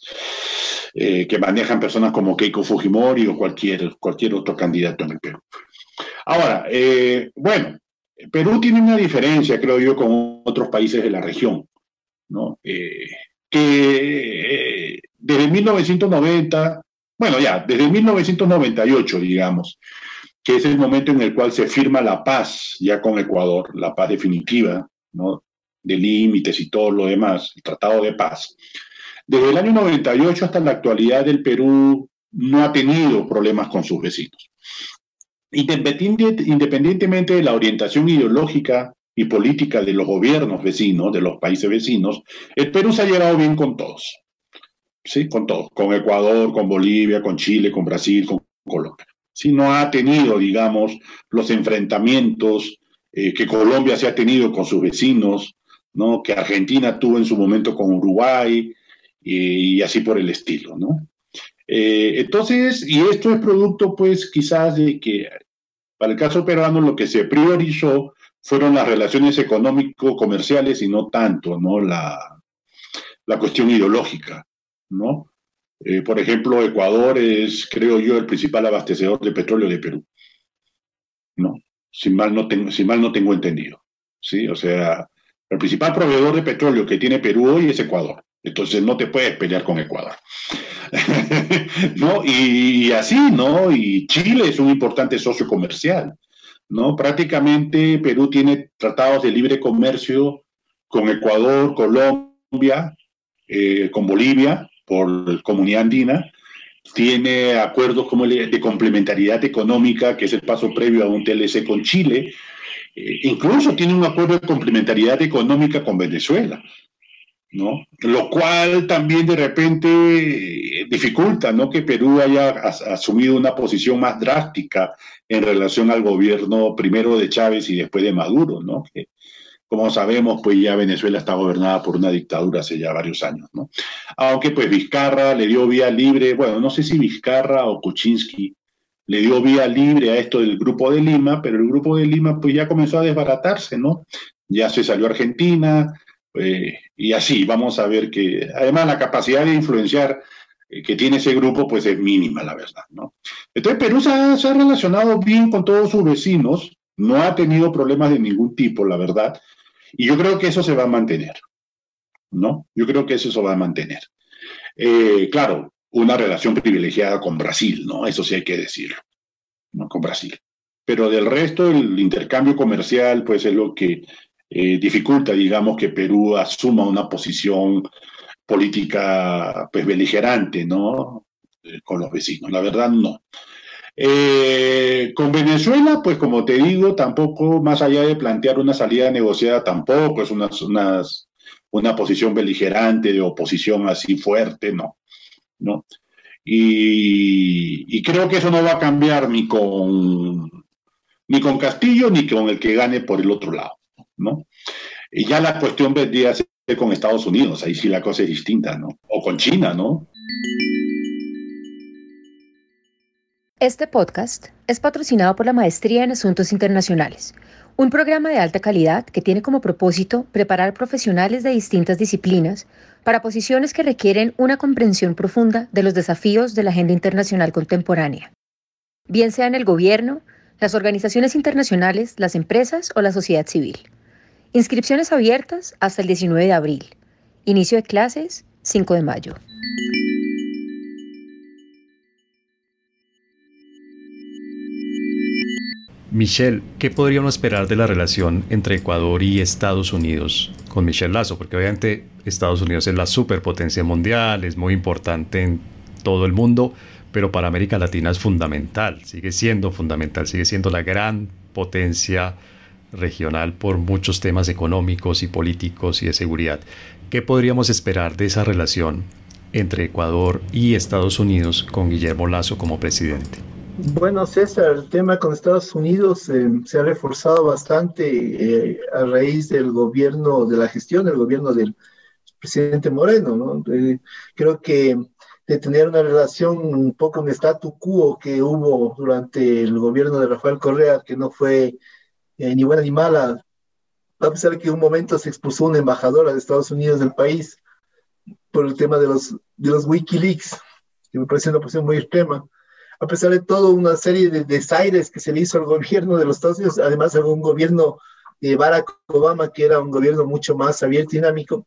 eh, que manejan personas como Keiko Fujimori o cualquier, cualquier otro candidato en el Perú. Ahora, eh, bueno, Perú tiene una diferencia, creo yo, con otros países de la región, ¿no? Eh, que eh, desde mil novecientos noventa, bueno, ya, desde mil novecientos noventa y ocho, digamos, que es el momento en el cual se firma la paz ya con Ecuador, la paz definitiva, ¿no?, de límites y todo lo demás, el Tratado de Paz. Desde el año noventa y ocho hasta la actualidad, el Perú no ha tenido problemas con sus vecinos. Independientemente de la orientación ideológica y política de los gobiernos vecinos, de los países vecinos, el Perú se ha llevado bien con todos. Sí, con todos, con Ecuador, con Bolivia, con Chile, con Brasil, con Colombia. Sí, no ha tenido, digamos, los enfrentamientos eh, que Colombia se ha tenido con sus vecinos, ¿no?, que Argentina tuvo en su momento con Uruguay, y, y así por el estilo, ¿no? Eh, entonces, y esto es producto, pues, quizás de que, para el caso peruano, lo que se priorizó fueron las relaciones económico-comerciales y no tanto, ¿no?, la, la cuestión ideológica, ¿no? Eh, por ejemplo, Ecuador es, creo yo, el principal abastecedor de petróleo de Perú, ¿no? Si mal no tengo, si mal no tengo entendido, ¿sí? O sea, el principal proveedor de petróleo que tiene Perú hoy es Ecuador. Entonces no te puedes pelear con Ecuador. ¿No? Y, y así, ¿no? Y Chile es un importante socio comercial, ¿no? Prácticamente Perú tiene tratados de libre comercio con Ecuador, Colombia, eh, con Bolivia, por Comunidad Andina. Tiene acuerdos como el de complementariedad económica, que es el paso previo a un T L C con Chile. Eh, incluso tiene un acuerdo de complementariedad económica con Venezuela, ¿no? Lo cual también de repente dificulta, ¿no?, que Perú haya as asumido una posición más drástica en relación al gobierno primero de Chávez y después de Maduro, ¿no? Que, como sabemos, pues ya Venezuela está gobernada por una dictadura hace ya varios años, ¿no? Aunque pues Vizcarra le dio vía libre, bueno, no sé si Vizcarra o Kuczynski le dio vía libre a esto del Grupo de Lima, pero el Grupo de Lima pues ya comenzó a desbaratarse, ¿no? Ya se salió a Argentina, eh, y así, vamos a ver que, además la capacidad de influenciar eh, que tiene ese grupo pues es mínima, la verdad, ¿no? Entonces Perú se ha, se ha relacionado bien con todos sus vecinos, no ha tenido problemas de ningún tipo, la verdad, y yo creo que eso se va a mantener, ¿no? Yo creo que eso se va a mantener. Eh, claro, una relación privilegiada con Brasil, ¿no? Eso sí hay que decirlo, ¿no? Con Brasil. Pero del resto, el intercambio comercial, pues es lo que eh, dificulta, digamos, que Perú asuma una posición política, pues, beligerante, ¿no? Eh, con los vecinos. La verdad, no. Eh, con Venezuela, pues como te digo, tampoco, más allá de plantear una salida negociada, tampoco es una, una, una posición beligerante de oposición así fuerte, no, no. Y, y creo que eso no va a cambiar ni con, ni con Castillo ni con el que gane por el otro lado, ¿no? Y ya la cuestión vendría a ser con Estados Unidos, ahí sí la cosa es distinta, ¿no? O con China, ¿no? Este podcast es patrocinado por la Maestría en Asuntos Internacionales, un programa de alta calidad que tiene como propósito preparar profesionales de distintas disciplinas para posiciones que requieren una comprensión profunda de los desafíos de la agenda internacional contemporánea, bien sea en el gobierno, las organizaciones internacionales, las empresas o la sociedad civil. Inscripciones abiertas hasta el diecinueve de abril. Inicio de clases, cinco de mayo. Michelle, ¿qué podríamos esperar de la relación entre Ecuador y Estados Unidos con Michelle Lazo? Porque obviamente Estados Unidos es la superpotencia mundial, es muy importante en todo el mundo, pero para América Latina es fundamental, sigue siendo fundamental, sigue siendo la gran potencia regional por muchos temas económicos y políticos y de seguridad. ¿Qué podríamos esperar de esa relación entre Ecuador y Estados Unidos con Guillermo Lazo como presidente? Bueno, César, el tema con Estados Unidos eh, se ha reforzado bastante eh, a raíz del gobierno, de la gestión del gobierno del presidente Moreno, ¿no? Eh, creo que de tener una relación un poco en statu quo que hubo durante el gobierno de Rafael Correa, que no fue eh, ni buena ni mala, a pesar de que en un momento se expulsó una embajadora de Estados Unidos del país por el tema de los, de los Wikileaks, que me parece una posición muy extrema. A pesar de todo, una serie de desaires que se le hizo al gobierno de los Estados Unidos, además a un gobierno de Barack Obama, que era un gobierno mucho más abierto y dinámico.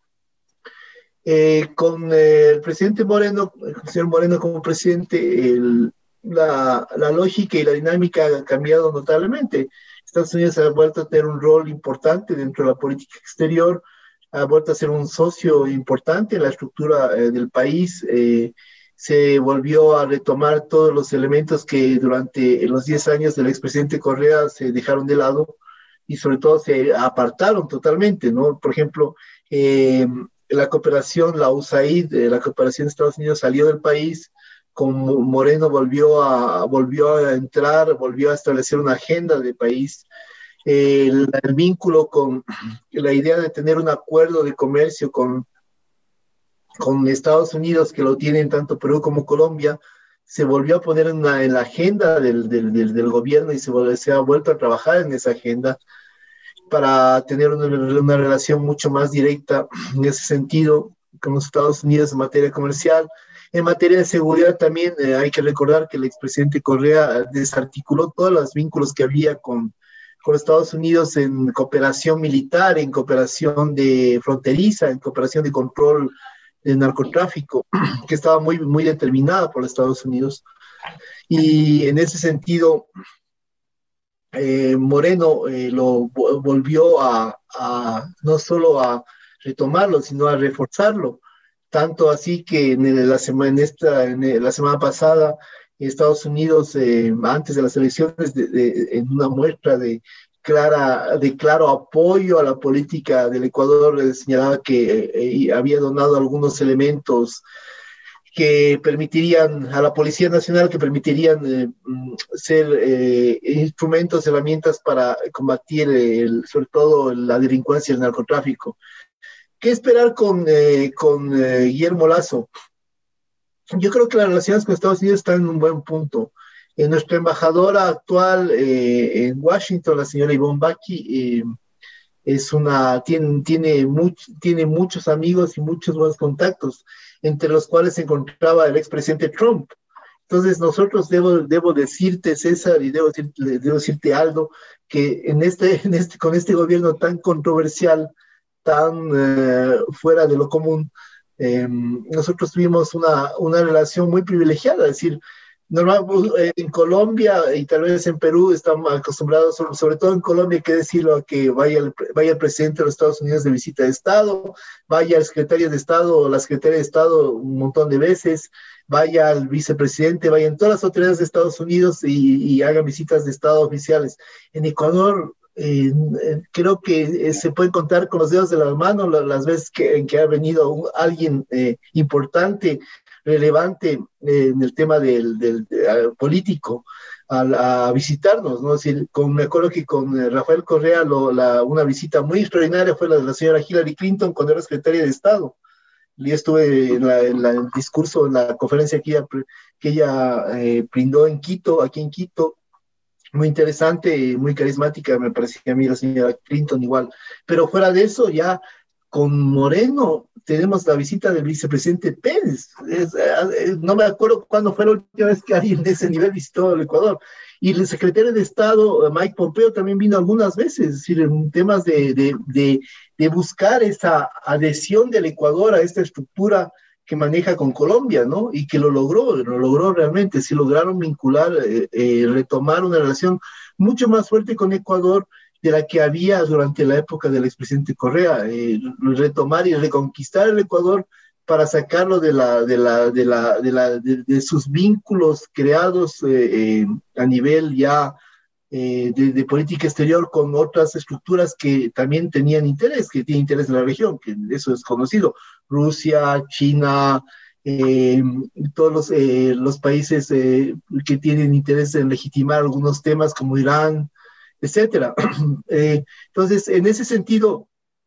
Eh, con eh, el presidente Moreno, el señor Moreno como presidente, el, la, la lógica y la dinámica ha cambiado notablemente. Estados Unidos ha vuelto a tener un rol importante dentro de la política exterior, ha vuelto a ser un socio importante en la estructura eh, del país, eh, se volvió a retomar todos los elementos que durante los diez años del expresidente Correa se dejaron de lado y sobre todo se apartaron totalmente, ¿no? Por ejemplo, eh, la cooperación, la U S A I D, la cooperación de Estados Unidos salió del país, con Moreno volvió a, volvió a entrar, volvió a establecer una agenda de país. El, el vínculo con la idea de tener un acuerdo de comercio con con Estados Unidos, que lo tienen tanto Perú como Colombia, se volvió a poner en la, en la agenda del, del, del, del gobierno y se, volvió, se ha vuelto a trabajar en esa agenda para tener una, una relación mucho más directa en ese sentido con los Estados Unidos en materia comercial. En materia de seguridad también eh, hay que recordar que el expresidente Correa desarticuló todos los vínculos que había con, con Estados Unidos en cooperación militar, en cooperación de fronteriza, en cooperación de control de narcotráfico, que estaba muy, muy determinada por los Estados Unidos. Y en ese sentido, eh, Moreno eh, lo volvió a, a, no solo a retomarlo, sino a reforzarlo. Tanto así que en la semana, en esta, en la semana pasada, Estados Unidos, eh, antes de las elecciones, de, de, en una muestra de clara, de claro apoyo a la política del Ecuador. Eh, señalaba que eh, había donado algunos elementos que permitirían a la Policía Nacional, que permitirían eh, ser eh, instrumentos, herramientas para combatir el, sobre todo la delincuencia y el narcotráfico. ¿Qué esperar con, eh, con eh, Guillermo Lasso? Yo creo que las relaciones con Estados Unidos están en un buen punto. Eh, nuestra embajadora actual eh, en Washington, la señora Yvonne Baki, eh, es una, tiene, tiene, much, tiene muchos amigos y muchos buenos contactos, entre los cuales se encontraba el expresidente Trump. Entonces nosotros, debo, debo decirte, César, y debo decirte, debo decirte, Aldo, que en este, en este, con este gobierno tan controversial, tan eh, fuera de lo común, eh, nosotros tuvimos una, una relación muy privilegiada. Es decir, normal, en Colombia y tal vez en Perú estamos acostumbrados, sobre, sobre todo en Colombia, hay que decirlo, a que vaya el, vaya el presidente de los Estados Unidos de visita de Estado, vaya el secretario de Estado o la secretaria de Estado un montón de veces, vaya el vicepresidente, vayan todas las autoridades de Estados Unidos y, y hagan visitas de Estado oficiales. En Ecuador, eh, creo que eh, se pueden contar con los dedos de la mano las, las veces que, en que ha venido un, alguien eh, importante, relevante eh, en el tema del, del, del político a, a visitarnos, ¿no? Es decir, con, me acuerdo que con eh, Rafael Correa lo, la, una visita muy extraordinaria fue la de la señora Hillary Clinton cuando era secretaria de Estado. Y estuve en, la, en la, el discurso, en la conferencia que ella, que ella eh, brindó en Quito, aquí en Quito, muy interesante y muy carismática, me parecía a mí la señora Clinton igual. Pero fuera de eso, ya con Moreno tenemos la visita del vicepresidente Pérez. Es, es, no me acuerdo cuándo fue la última vez que alguien de ese nivel visitó el Ecuador. Y el secretario de Estado, Mike Pompeo, también vino algunas veces, es decir, en temas de, de, de, de buscar esa adhesión del Ecuador a esta estructura que maneja con Colombia, ¿no? Y que lo logró, lo logró realmente, sí lograron vincular, eh, eh, retomar una relación mucho más fuerte con Ecuador de la que había durante la época del expresidente Correa, eh, retomar y reconquistar el Ecuador para sacarlo de, la, de, la, de, la, de, la, de, de sus vínculos creados eh, eh, a nivel ya eh, de, de política exterior con otras estructuras que también tenían interés, que tienen interés en la región, que eso es conocido, Rusia, China, eh, todos los, eh, los países eh, que tienen interés en legitimar algunos temas como Irán, etcétera. Eh, entonces, en ese sentido,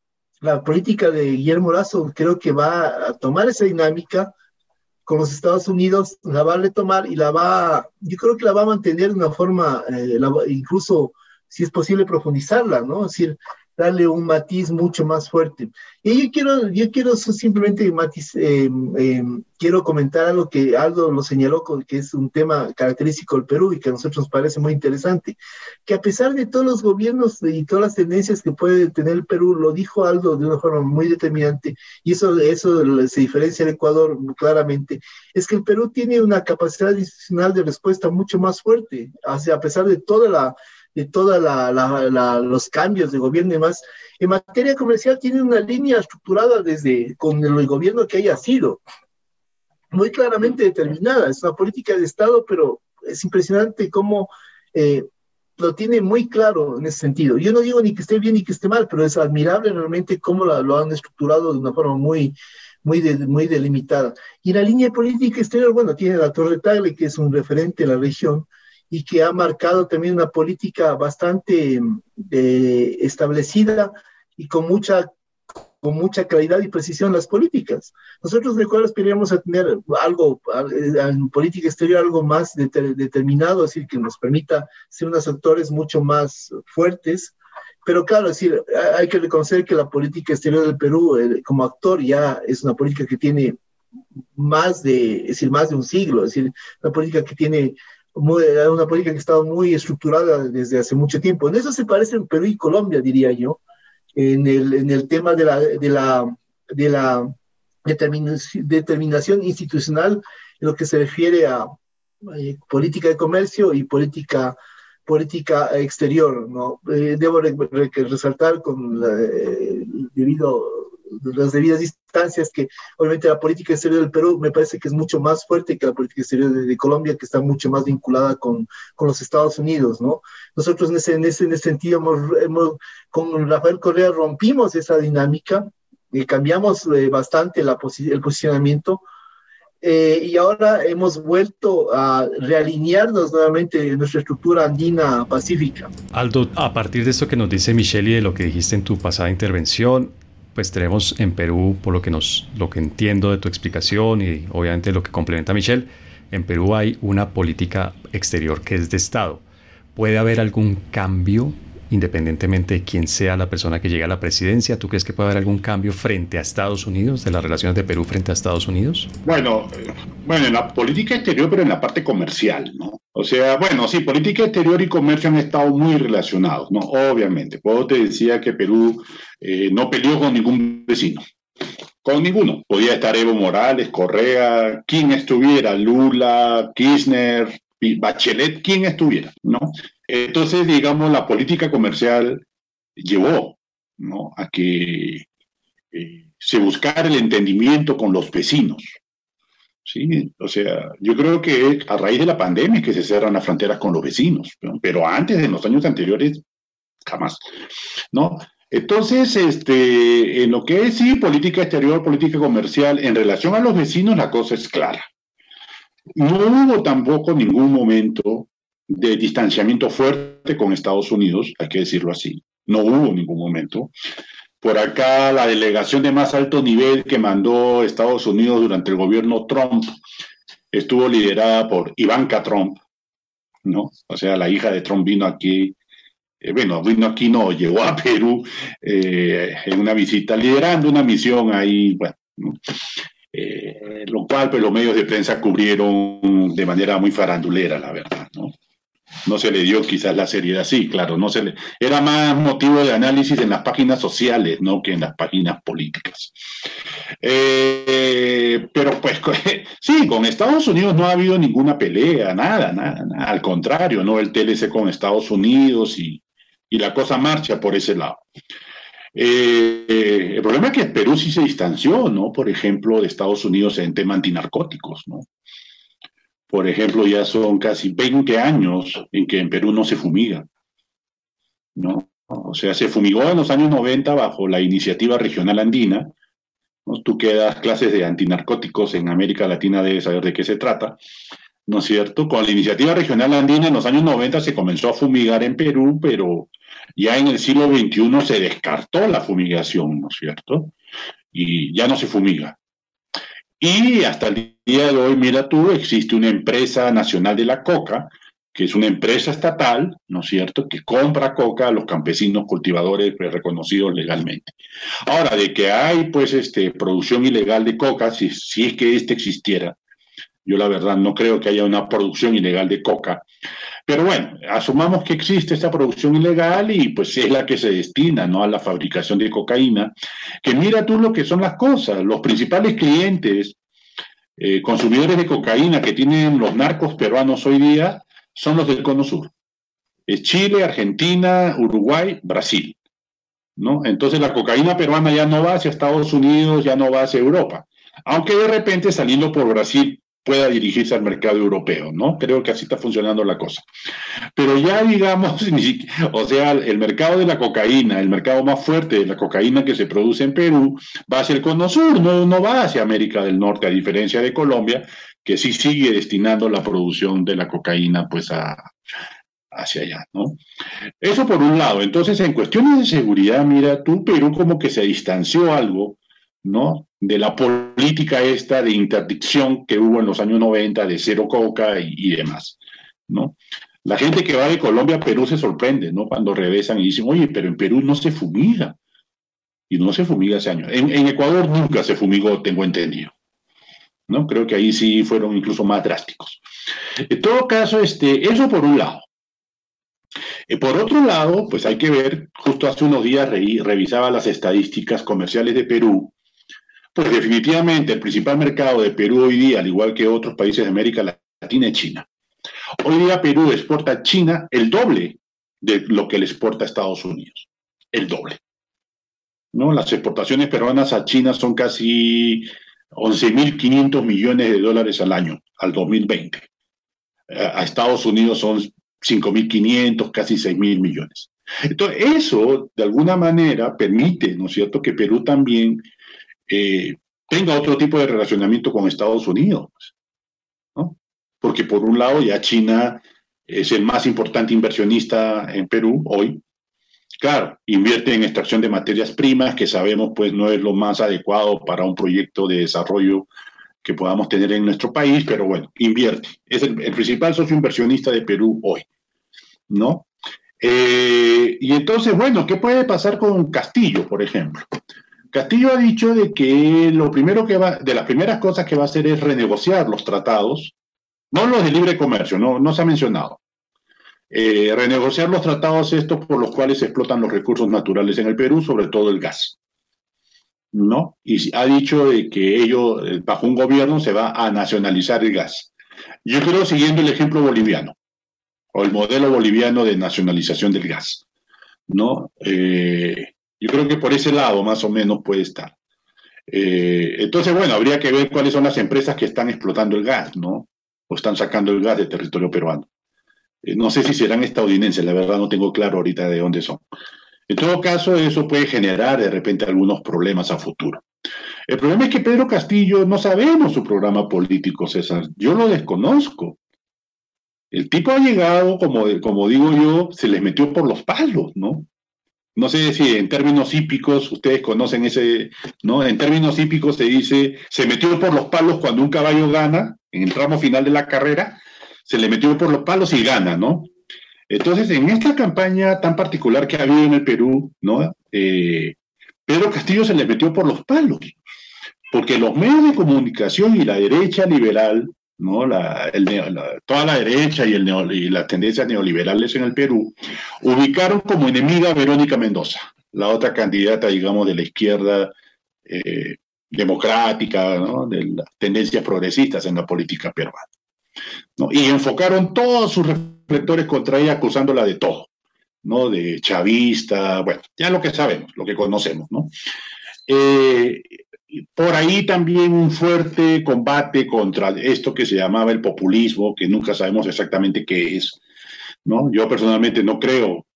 la política de Guillermo Lasso creo que va a tomar esa dinámica con los Estados Unidos, la va a retomar y la va, yo creo que la va a mantener de una forma, eh, la, incluso si es posible profundizarla, ¿no? Es decir, darle un matiz mucho más fuerte. Y yo quiero, yo quiero simplemente matiz, eh, eh, quiero comentar algo que Aldo lo señaló, que es un tema característico del Perú y que a nosotros nos parece muy interesante, que a pesar de todos los gobiernos y todas las tendencias que puede tener el Perú, lo dijo Aldo de una forma muy determinante, y eso, eso se diferencia del Ecuador claramente, es que el Perú tiene una capacidad institucional de respuesta mucho más fuerte, o sea, a pesar de toda la de todos la, la, la, los cambios de gobierno y demás. En materia comercial tiene una línea estructurada desde con el gobierno que haya sido, muy claramente determinada, es una política de Estado, pero es impresionante cómo eh, lo tiene muy claro en ese sentido. Yo no digo ni que esté bien ni que esté mal, pero es admirable realmente cómo la, lo han estructurado de una forma muy, muy, de, muy delimitada. Y la línea de política exterior, bueno, tiene la Torre Tagle, que es un referente en la región, y que ha marcado también una política bastante eh, establecida y con mucha, con mucha claridad y precisión las políticas. Nosotros de Ecuador aspiraríamos a tener algo, en política exterior, algo más de, determinado, es decir, que nos permita ser unos actores mucho más fuertes, pero claro, es decir, hay que reconocer que la política exterior del Perú eh, como actor ya es una política que tiene más de, es decir, más de un siglo, es decir, una política que tiene Muy, una política que ha estado muy estructurada desde hace mucho tiempo. En eso se parecen Perú y Colombia, diría yo, en el, en el tema de la, de la, de la determinación, determinación institucional en lo que se refiere a eh, política de comercio y política, política exterior, ¿no? Eh, debo re, re, resaltar con la, eh, debido, las debidas distancias instancia es que obviamente la política exterior del Perú me parece que es mucho más fuerte que la política exterior de, de Colombia, que está mucho más vinculada con, con los Estados Unidos, ¿no? Nosotros en ese, en ese, en ese sentido hemos, hemos, con Rafael Correa rompimos esa dinámica y cambiamos eh, bastante la posi- el posicionamiento. Eh, y ahora hemos vuelto a realinearnos nuevamente en nuestra estructura andina pacífica. Aldo, a partir de esto que nos dice Michelle y de lo que dijiste en tu pasada intervención, pues tenemos en Perú, por lo que, nos, lo que entiendo de tu explicación y obviamente lo que complementa Michelle, en Perú hay una política exterior que es de Estado. ¿Puede haber algún cambio independientemente de quién sea la persona que llegue a la presidencia? ¿Tú crees que puede haber algún cambio frente a Estados Unidos, de las relaciones de Perú frente a Estados Unidos? Bueno, eh, bueno, en la política exterior, pero en la parte comercial, ¿no? O sea, bueno, sí, política exterior y comercio han estado muy relacionados, ¿no? Obviamente. Puedo te decía que Perú eh, no peleó con ningún vecino. Con ninguno. Podía estar Evo Morales, Correa, quien estuviera, Lula, Kirchner, Bachelet, quien estuviera, ¿no? Entonces, digamos, la política comercial llevó, ¿no?, a que eh, se buscara el entendimiento con los vecinos, ¿sí? O sea, yo creo que a raíz de la pandemia es que se cerran las fronteras con los vecinos, ¿no? Pero antes, en los años anteriores, jamás, ¿no? Entonces, este, en lo que es, sí, política exterior, política comercial, en relación a los vecinos, la cosa es clara. No hubo tampoco ningún momento de distanciamiento fuerte con Estados Unidos, hay que decirlo así. No hubo ningún momento. Por acá, la delegación de más alto nivel que mandó Estados Unidos durante el gobierno Trump estuvo liderada por Ivanka Trump, ¿no? O sea, la hija de Trump vino aquí, eh, bueno, vino aquí, no, llegó a Perú eh, en una visita, liderando una misión ahí, bueno, ¿no? Eh, lo cual pues, los medios de prensa cubrieron de manera muy farandulera, la verdad, ¿no? No se le dio quizás la seriedad, sí, claro, no se le, era más motivo de análisis en las páginas sociales, ¿no?, que en las páginas políticas. Eh, pero pues sí, con Estados Unidos no ha habido ninguna pelea, nada, nada, nada, al contrario, ¿no?, el T L C con Estados Unidos y, y la cosa marcha por ese lado. Eh, el problema es que Perú sí se distanció, ¿no?, por ejemplo, de Estados Unidos en tema antinarcóticos, ¿no? Por ejemplo, ya son casi veinte años en que en Perú no se fumiga, ¿no? O sea, se fumigó en los años noventa bajo la iniciativa regional andina, ¿no? Tú que das clases de antinarcóticos en América Latina debes saber de qué se trata, ¿no es cierto? Con la iniciativa regional andina en los años noventa se comenzó a fumigar en Perú, pero ya en el siglo veintiuno se descartó la fumigación, ¿no es cierto? Y ya no se fumiga. Y hasta el día de hoy, mira tú, existe una empresa nacional de la coca, que es una empresa estatal, ¿no es cierto?, que compra coca a los campesinos cultivadores pues, reconocidos legalmente. Ahora, de que hay, pues, este, producción ilegal de coca, si, si es que este existiera, yo la verdad no creo que haya una producción ilegal de coca, pero bueno, asumamos que existe esta producción ilegal y pues es la que se destina, ¿no?, a la fabricación de cocaína, que mira tú lo que son las cosas, los principales clientes, eh, consumidores de cocaína que tienen los narcos peruanos hoy día son los del Cono Sur, es Chile, Argentina, Uruguay, Brasil, ¿no? Entonces la cocaína peruana ya no va hacia Estados Unidos, ya no va hacia Europa, aunque de repente saliendo por Brasil pueda dirigirse al mercado europeo, ¿no? Creo que así está funcionando la cosa. Pero ya digamos, o sea, el mercado de la cocaína, el mercado más fuerte de la cocaína que se produce en Perú, va hacia el Cono Sur, no, no va hacia América del Norte, a diferencia de Colombia, que sí sigue destinando la producción de la cocaína pues a, hacia allá, ¿no? Eso por un lado. Entonces, en cuestiones de seguridad, mira, tú, Perú como que se distanció algo, ¿no?, de la política esta de interdicción que hubo en los años noventa, de cero coca y, y demás, ¿no? La gente que va de Colombia a Perú se sorprende, ¿no?, cuando regresan y dicen, oye, pero en Perú no se fumiga. Y no se fumiga hace años. En, en Ecuador nunca se fumigó, tengo entendido, ¿no? Creo que ahí sí fueron incluso más drásticos. En todo caso, este, eso por un lado. Eh, por otro lado, pues hay que ver, justo hace unos días re, revisaba las estadísticas comerciales de Perú. Pues definitivamente el principal mercado de Perú hoy día, al igual que otros países de América Latina, es China. Hoy día Perú exporta a China el doble de lo que le exporta a Estados Unidos. El doble. ¿no? Las exportaciones peruanas a China son casi once mil quinientos millones de dólares al año, al dos mil veinte. A Estados Unidos son cinco mil quinientos, casi seis mil millones. Entonces, eso, de alguna manera, permite, ¿no es cierto?, que Perú también eh, tenga otro tipo de relacionamiento con Estados Unidos, ¿no? Porque, por un lado, ya China es el más importante inversionista en Perú hoy. Claro, invierte en extracción de materias primas, que sabemos pues no es lo más adecuado para un proyecto de desarrollo que podamos tener en nuestro país, pero bueno, invierte. Es el, el principal socio inversionista de Perú hoy, ¿no? Eh, y entonces, bueno, ¿qué puede pasar con Castillo, por ejemplo? Castillo ha dicho de que lo primero que va, de las primeras cosas que va a hacer es renegociar los tratados, no los de libre comercio, no, no se ha mencionado. Eh, renegociar los tratados estos por los cuales se explotan los recursos naturales en el Perú, sobre todo el gas, ¿no? Y ha dicho de que ello, bajo un gobierno, se va a nacionalizar el gas. Yo creo siguiendo el ejemplo boliviano, o el modelo boliviano de nacionalización del gas, ¿no? Eh, yo creo que por ese lado más o menos puede estar. Eh, entonces, bueno, habría que ver cuáles son las empresas que están explotando el gas, ¿no? O están sacando el gas del territorio peruano. No sé si serán estadounidenses, la verdad no tengo claro ahorita de dónde son. En todo caso, eso puede generar de repente algunos problemas a futuro. El problema es que Pedro Castillo, no sabemos su programa político, César. Yo lo desconozco. El tipo ha llegado, como, como digo yo, se les metió por los palos, ¿no? No sé si en términos hípicos, ustedes conocen ese, ¿no? En términos hípicos se dice, se metió por los palos cuando un caballo gana, en el tramo final de la carrera, se le metió por los palos y gana, ¿no? Entonces, en esta campaña tan particular que ha habido en el Perú, ¿no? Eh, Pedro Castillo se le metió por los palos, porque los medios de comunicación y la derecha liberal, ¿no? La, el, la, toda la derecha y, el neo, y las tendencias neoliberales en el Perú, ubicaron como enemiga a Verónica Mendoza, la otra candidata, digamos, de la izquierda eh, democrática, ¿no? De las tendencias progresistas en la política peruana, ¿no? Y enfocaron todos sus reflectores contra ella, acusándola de todo, ¿no? De chavista, bueno, ya lo que sabemos, lo que conocemos, ¿no? Eh, por ahí también un fuerte combate contra esto que se llamaba el populismo, que nunca sabemos exactamente qué es, ¿no? Yo personalmente no creo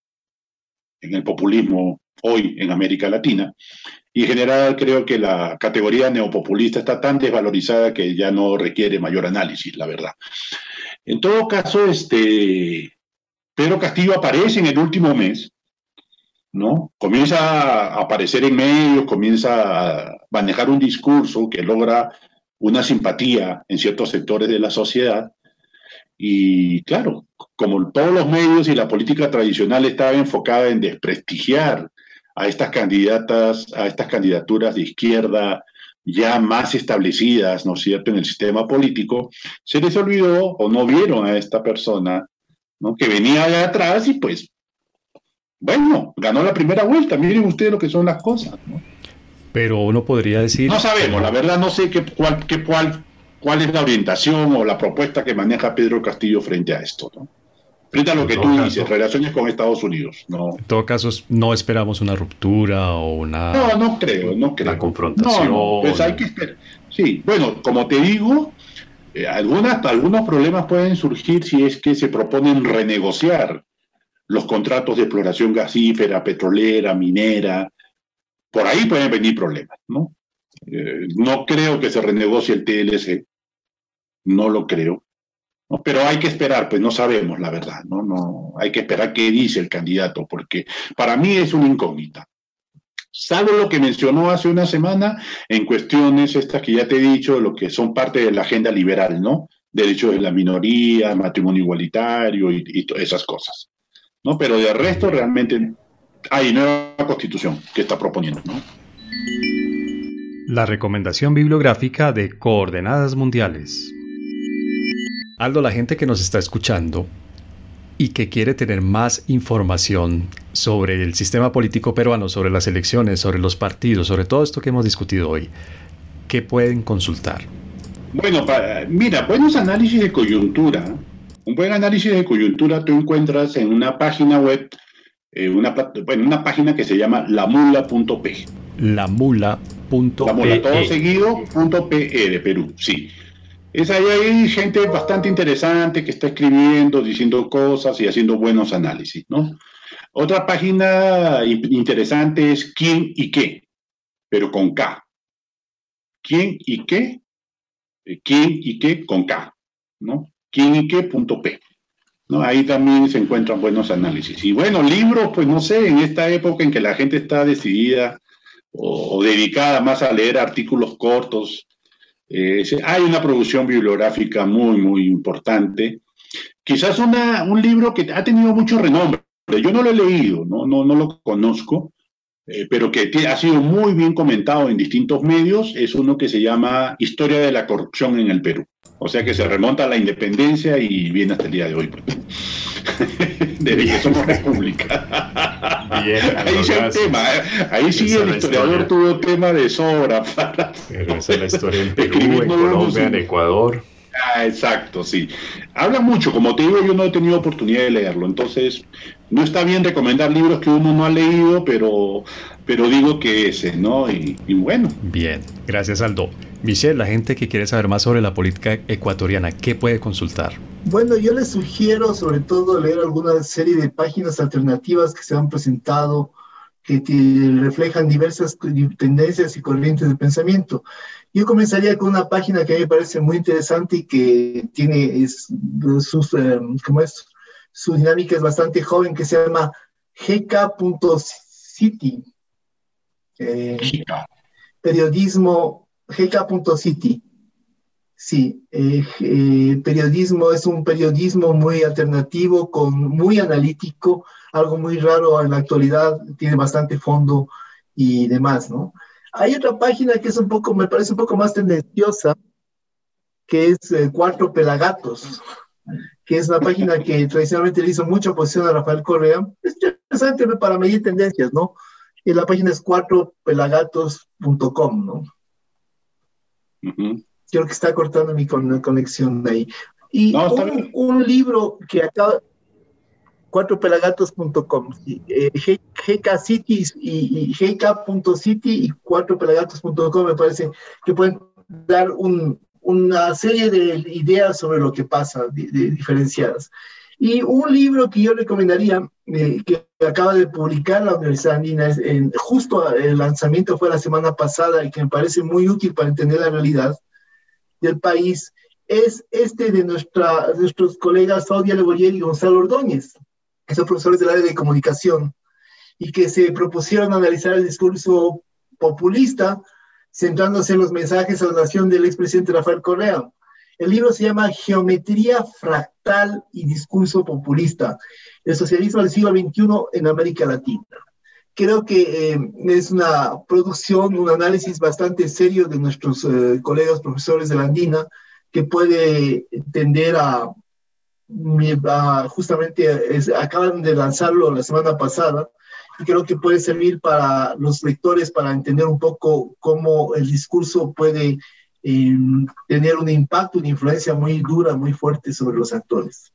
en el populismo hoy en América Latina, y en general creo que la categoría neopopulista está tan desvalorizada que ya no requiere mayor análisis, la verdad. En todo caso, este, Pedro Castillo aparece en el último mes, ¿no? Comienza a aparecer en medios, comienza a manejar un discurso que logra una simpatía en ciertos sectores de la sociedad. Y claro, como todos los medios y la política tradicional estaba enfocada en desprestigiar a estas candidatas, a estas candidaturas de izquierda ya más establecidas, ¿no es cierto?, en el sistema político, se les olvidó o no vieron a esta persona, ¿no?, que venía de atrás y pues, bueno, ganó la primera vuelta. Miren ustedes lo que son las cosas, ¿no? Pero uno podría decir... No sabemos, la verdad no sé qué, cuál, qué, cuál, cuál es la orientación o la propuesta que maneja Pedro Castillo frente a esto, ¿no? Frente a lo que tú caso, dices, relaciones con Estados Unidos, ¿no? En todo caso, no esperamos una ruptura o una... No, no creo, no creo. Una confrontación. No, no, pues hay que esperar. Sí, bueno, como te digo, eh, algunas, algunos problemas pueden surgir si es que se proponen renegociar los contratos de exploración gasífera, petrolera, minera. Por ahí pueden venir problemas, ¿no? Eh, no creo que se renegocie el T L C, no lo creo. ¿No? Pero hay que esperar, pues no sabemos la verdad, ¿no? No, hay que esperar qué dice el candidato, porque para mí es una incógnita. Salvo lo que mencionó hace una semana en cuestiones estas que ya te he dicho, lo que son parte de la agenda liberal, ¿no? Derechos de la minoría, matrimonio igualitario y, y todas esas cosas, ¿no? Pero de resto realmente hay nueva constitución que está proponiendo, ¿no? La recomendación bibliográfica de Coordenadas Mundiales. Aldo, la gente que nos está escuchando y que quiere tener más información sobre el sistema político peruano, sobre las elecciones, sobre los partidos, sobre todo esto que hemos discutido hoy, ¿qué pueden consultar? Bueno, para, mira, buenos análisis de coyuntura. Un buen análisis de coyuntura tú encuentras en una página web, eh, una, bueno, una página que se llama lamula punto p. lamula punto pe. La mula, todo seguido, punto pe de Perú, sí. Es ahí hay gente bastante interesante que está escribiendo, diciendo cosas y haciendo buenos análisis, ¿no? Otra página interesante es ¿Quién y qué? Pero con K. ¿Quién y qué? ¿Quién y qué? Con K, ¿no? ¿Quién y qué? Punto P. ¿No? Ahí también se encuentran buenos análisis. Y bueno, libros, pues no sé, en esta época en que la gente está decidida o, o dedicada más a leer artículos cortos, eh, hay una producción bibliográfica muy, muy importante. Quizás una, un libro que ha tenido mucho renombre. Yo no lo he leído, no, no, no lo conozco, eh, pero que ha sido muy bien comentado en distintos medios, es uno que se llama Historia de la corrupción en el Perú. O sea que se remonta a la independencia y viene hasta el día de hoy. Desde que somos república. Bien, ahí sí hay tema, ¿eh? Ahí sí esa el historiador historia. Tuvo tema de sobra. Para... Pero esa es la historia en Perú, en Colombia, en Ecuador. Ah, exacto, sí. Habla mucho, como te digo, yo no he tenido oportunidad de leerlo, entonces no está bien recomendar libros que uno no ha leído, pero, pero digo que ese, ¿no? Y, y bueno. Bien, gracias Aldo. Michelle, la gente que quiere saber más sobre la política ecuatoriana, ¿qué puede consultar? Bueno, yo les sugiero sobre todo leer alguna serie de páginas alternativas que se han presentado, que reflejan diversas tendencias y corrientes de pensamiento. Yo comenzaría con una página que a mí me parece muy interesante y que tiene es, sus, um, ¿cómo es? Su dinámica es bastante joven, que se llama G K punto city. Eh, periodismo G K punto city. Sí, eh, eh, periodismo es un periodismo muy alternativo, con, muy analítico, algo muy raro en la actualidad, tiene bastante fondo y demás, ¿no? Hay otra página que es un poco, me parece un poco más tendenciosa, que es eh, Cuatro Pelagatos, que es una página que tradicionalmente le hizo mucha oposición a Rafael Correa. Es interesante para medir tendencias, ¿no? Y la página es cuatro pelagatos punto com, ¿no? Uh-huh. Creo que está cortando mi con, conexión de ahí. Y no, un, un libro que acaba... cuatro pelagatos punto com, eh, G K Cities y, y G K punto city y cuatro pelagatos punto com me parece que pueden dar un, una serie de ideas sobre lo que pasa, de, de diferenciadas. Y un libro que yo recomendaría, eh, que acaba de publicar la Universidad Andina, es en, justo el lanzamiento fue la semana pasada y que me parece muy útil para entender la realidad del país, es este de nuestra, nuestros colegas Claudia Leboyer y Gonzalo Ordóñez, que son profesores del área de comunicación, y que se propusieron analizar el discurso populista, centrándose en los mensajes a la nación del expresidente Rafael Correa. El libro se llama Geometría Fractal y Discurso Populista, el socialismo del siglo veintiuno en América Latina. Creo que eh, es una producción, un análisis bastante serio de nuestros eh, colegas profesores de la Andina, que puede tender a... Uh, justamente es, acaban de lanzarlo la semana pasada y creo que puede servir para los lectores para entender un poco cómo el discurso puede eh, tener un impacto, una influencia muy dura, muy fuerte sobre los actores.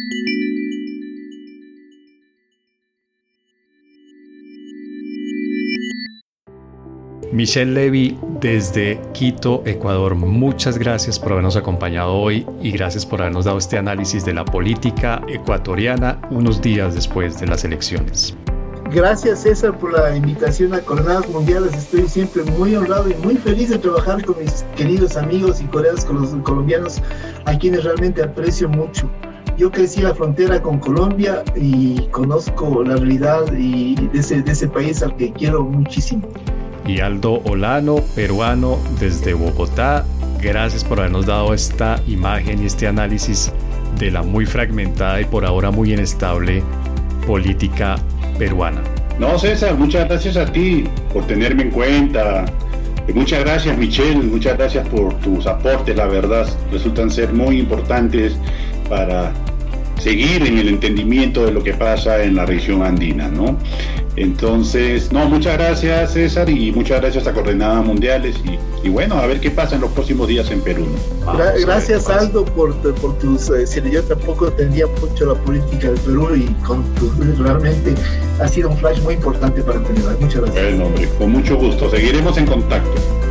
Michelle Levy, desde Quito, Ecuador, muchas gracias por habernos acompañado hoy y gracias por habernos dado este análisis de la política ecuatoriana unos días después de las elecciones. Gracias, César, por la invitación a Coordenadas Mundiales. Estoy siempre muy honrado y muy feliz de trabajar con mis queridos amigos y colegas colombianos, a quienes realmente aprecio mucho. Yo crecí en la frontera con Colombia y conozco la realidad y de ese, de ese país al que quiero muchísimo. Y Aldo Olano, peruano, desde Bogotá, gracias por habernos dado esta imagen y este análisis de la muy fragmentada y por ahora muy inestable política peruana. No, César, muchas gracias a ti por tenerme en cuenta. Muchas gracias, Michelle, muchas gracias por tus aportes, la verdad, resultan ser muy importantes para seguir en el entendimiento de lo que pasa en la región andina, ¿no? Entonces, no, muchas gracias César y muchas gracias a Coordenadas Mundiales y, y bueno, a ver qué pasa en los próximos días en Perú, ¿no? Gra gracias Aldo por, por tus, eh, si yo tampoco entendía mucho la política del Perú y con tu, realmente ha sido un flash muy importante para Perú. Muchas gracias. Bueno, hombre, con mucho gusto, seguiremos en contacto.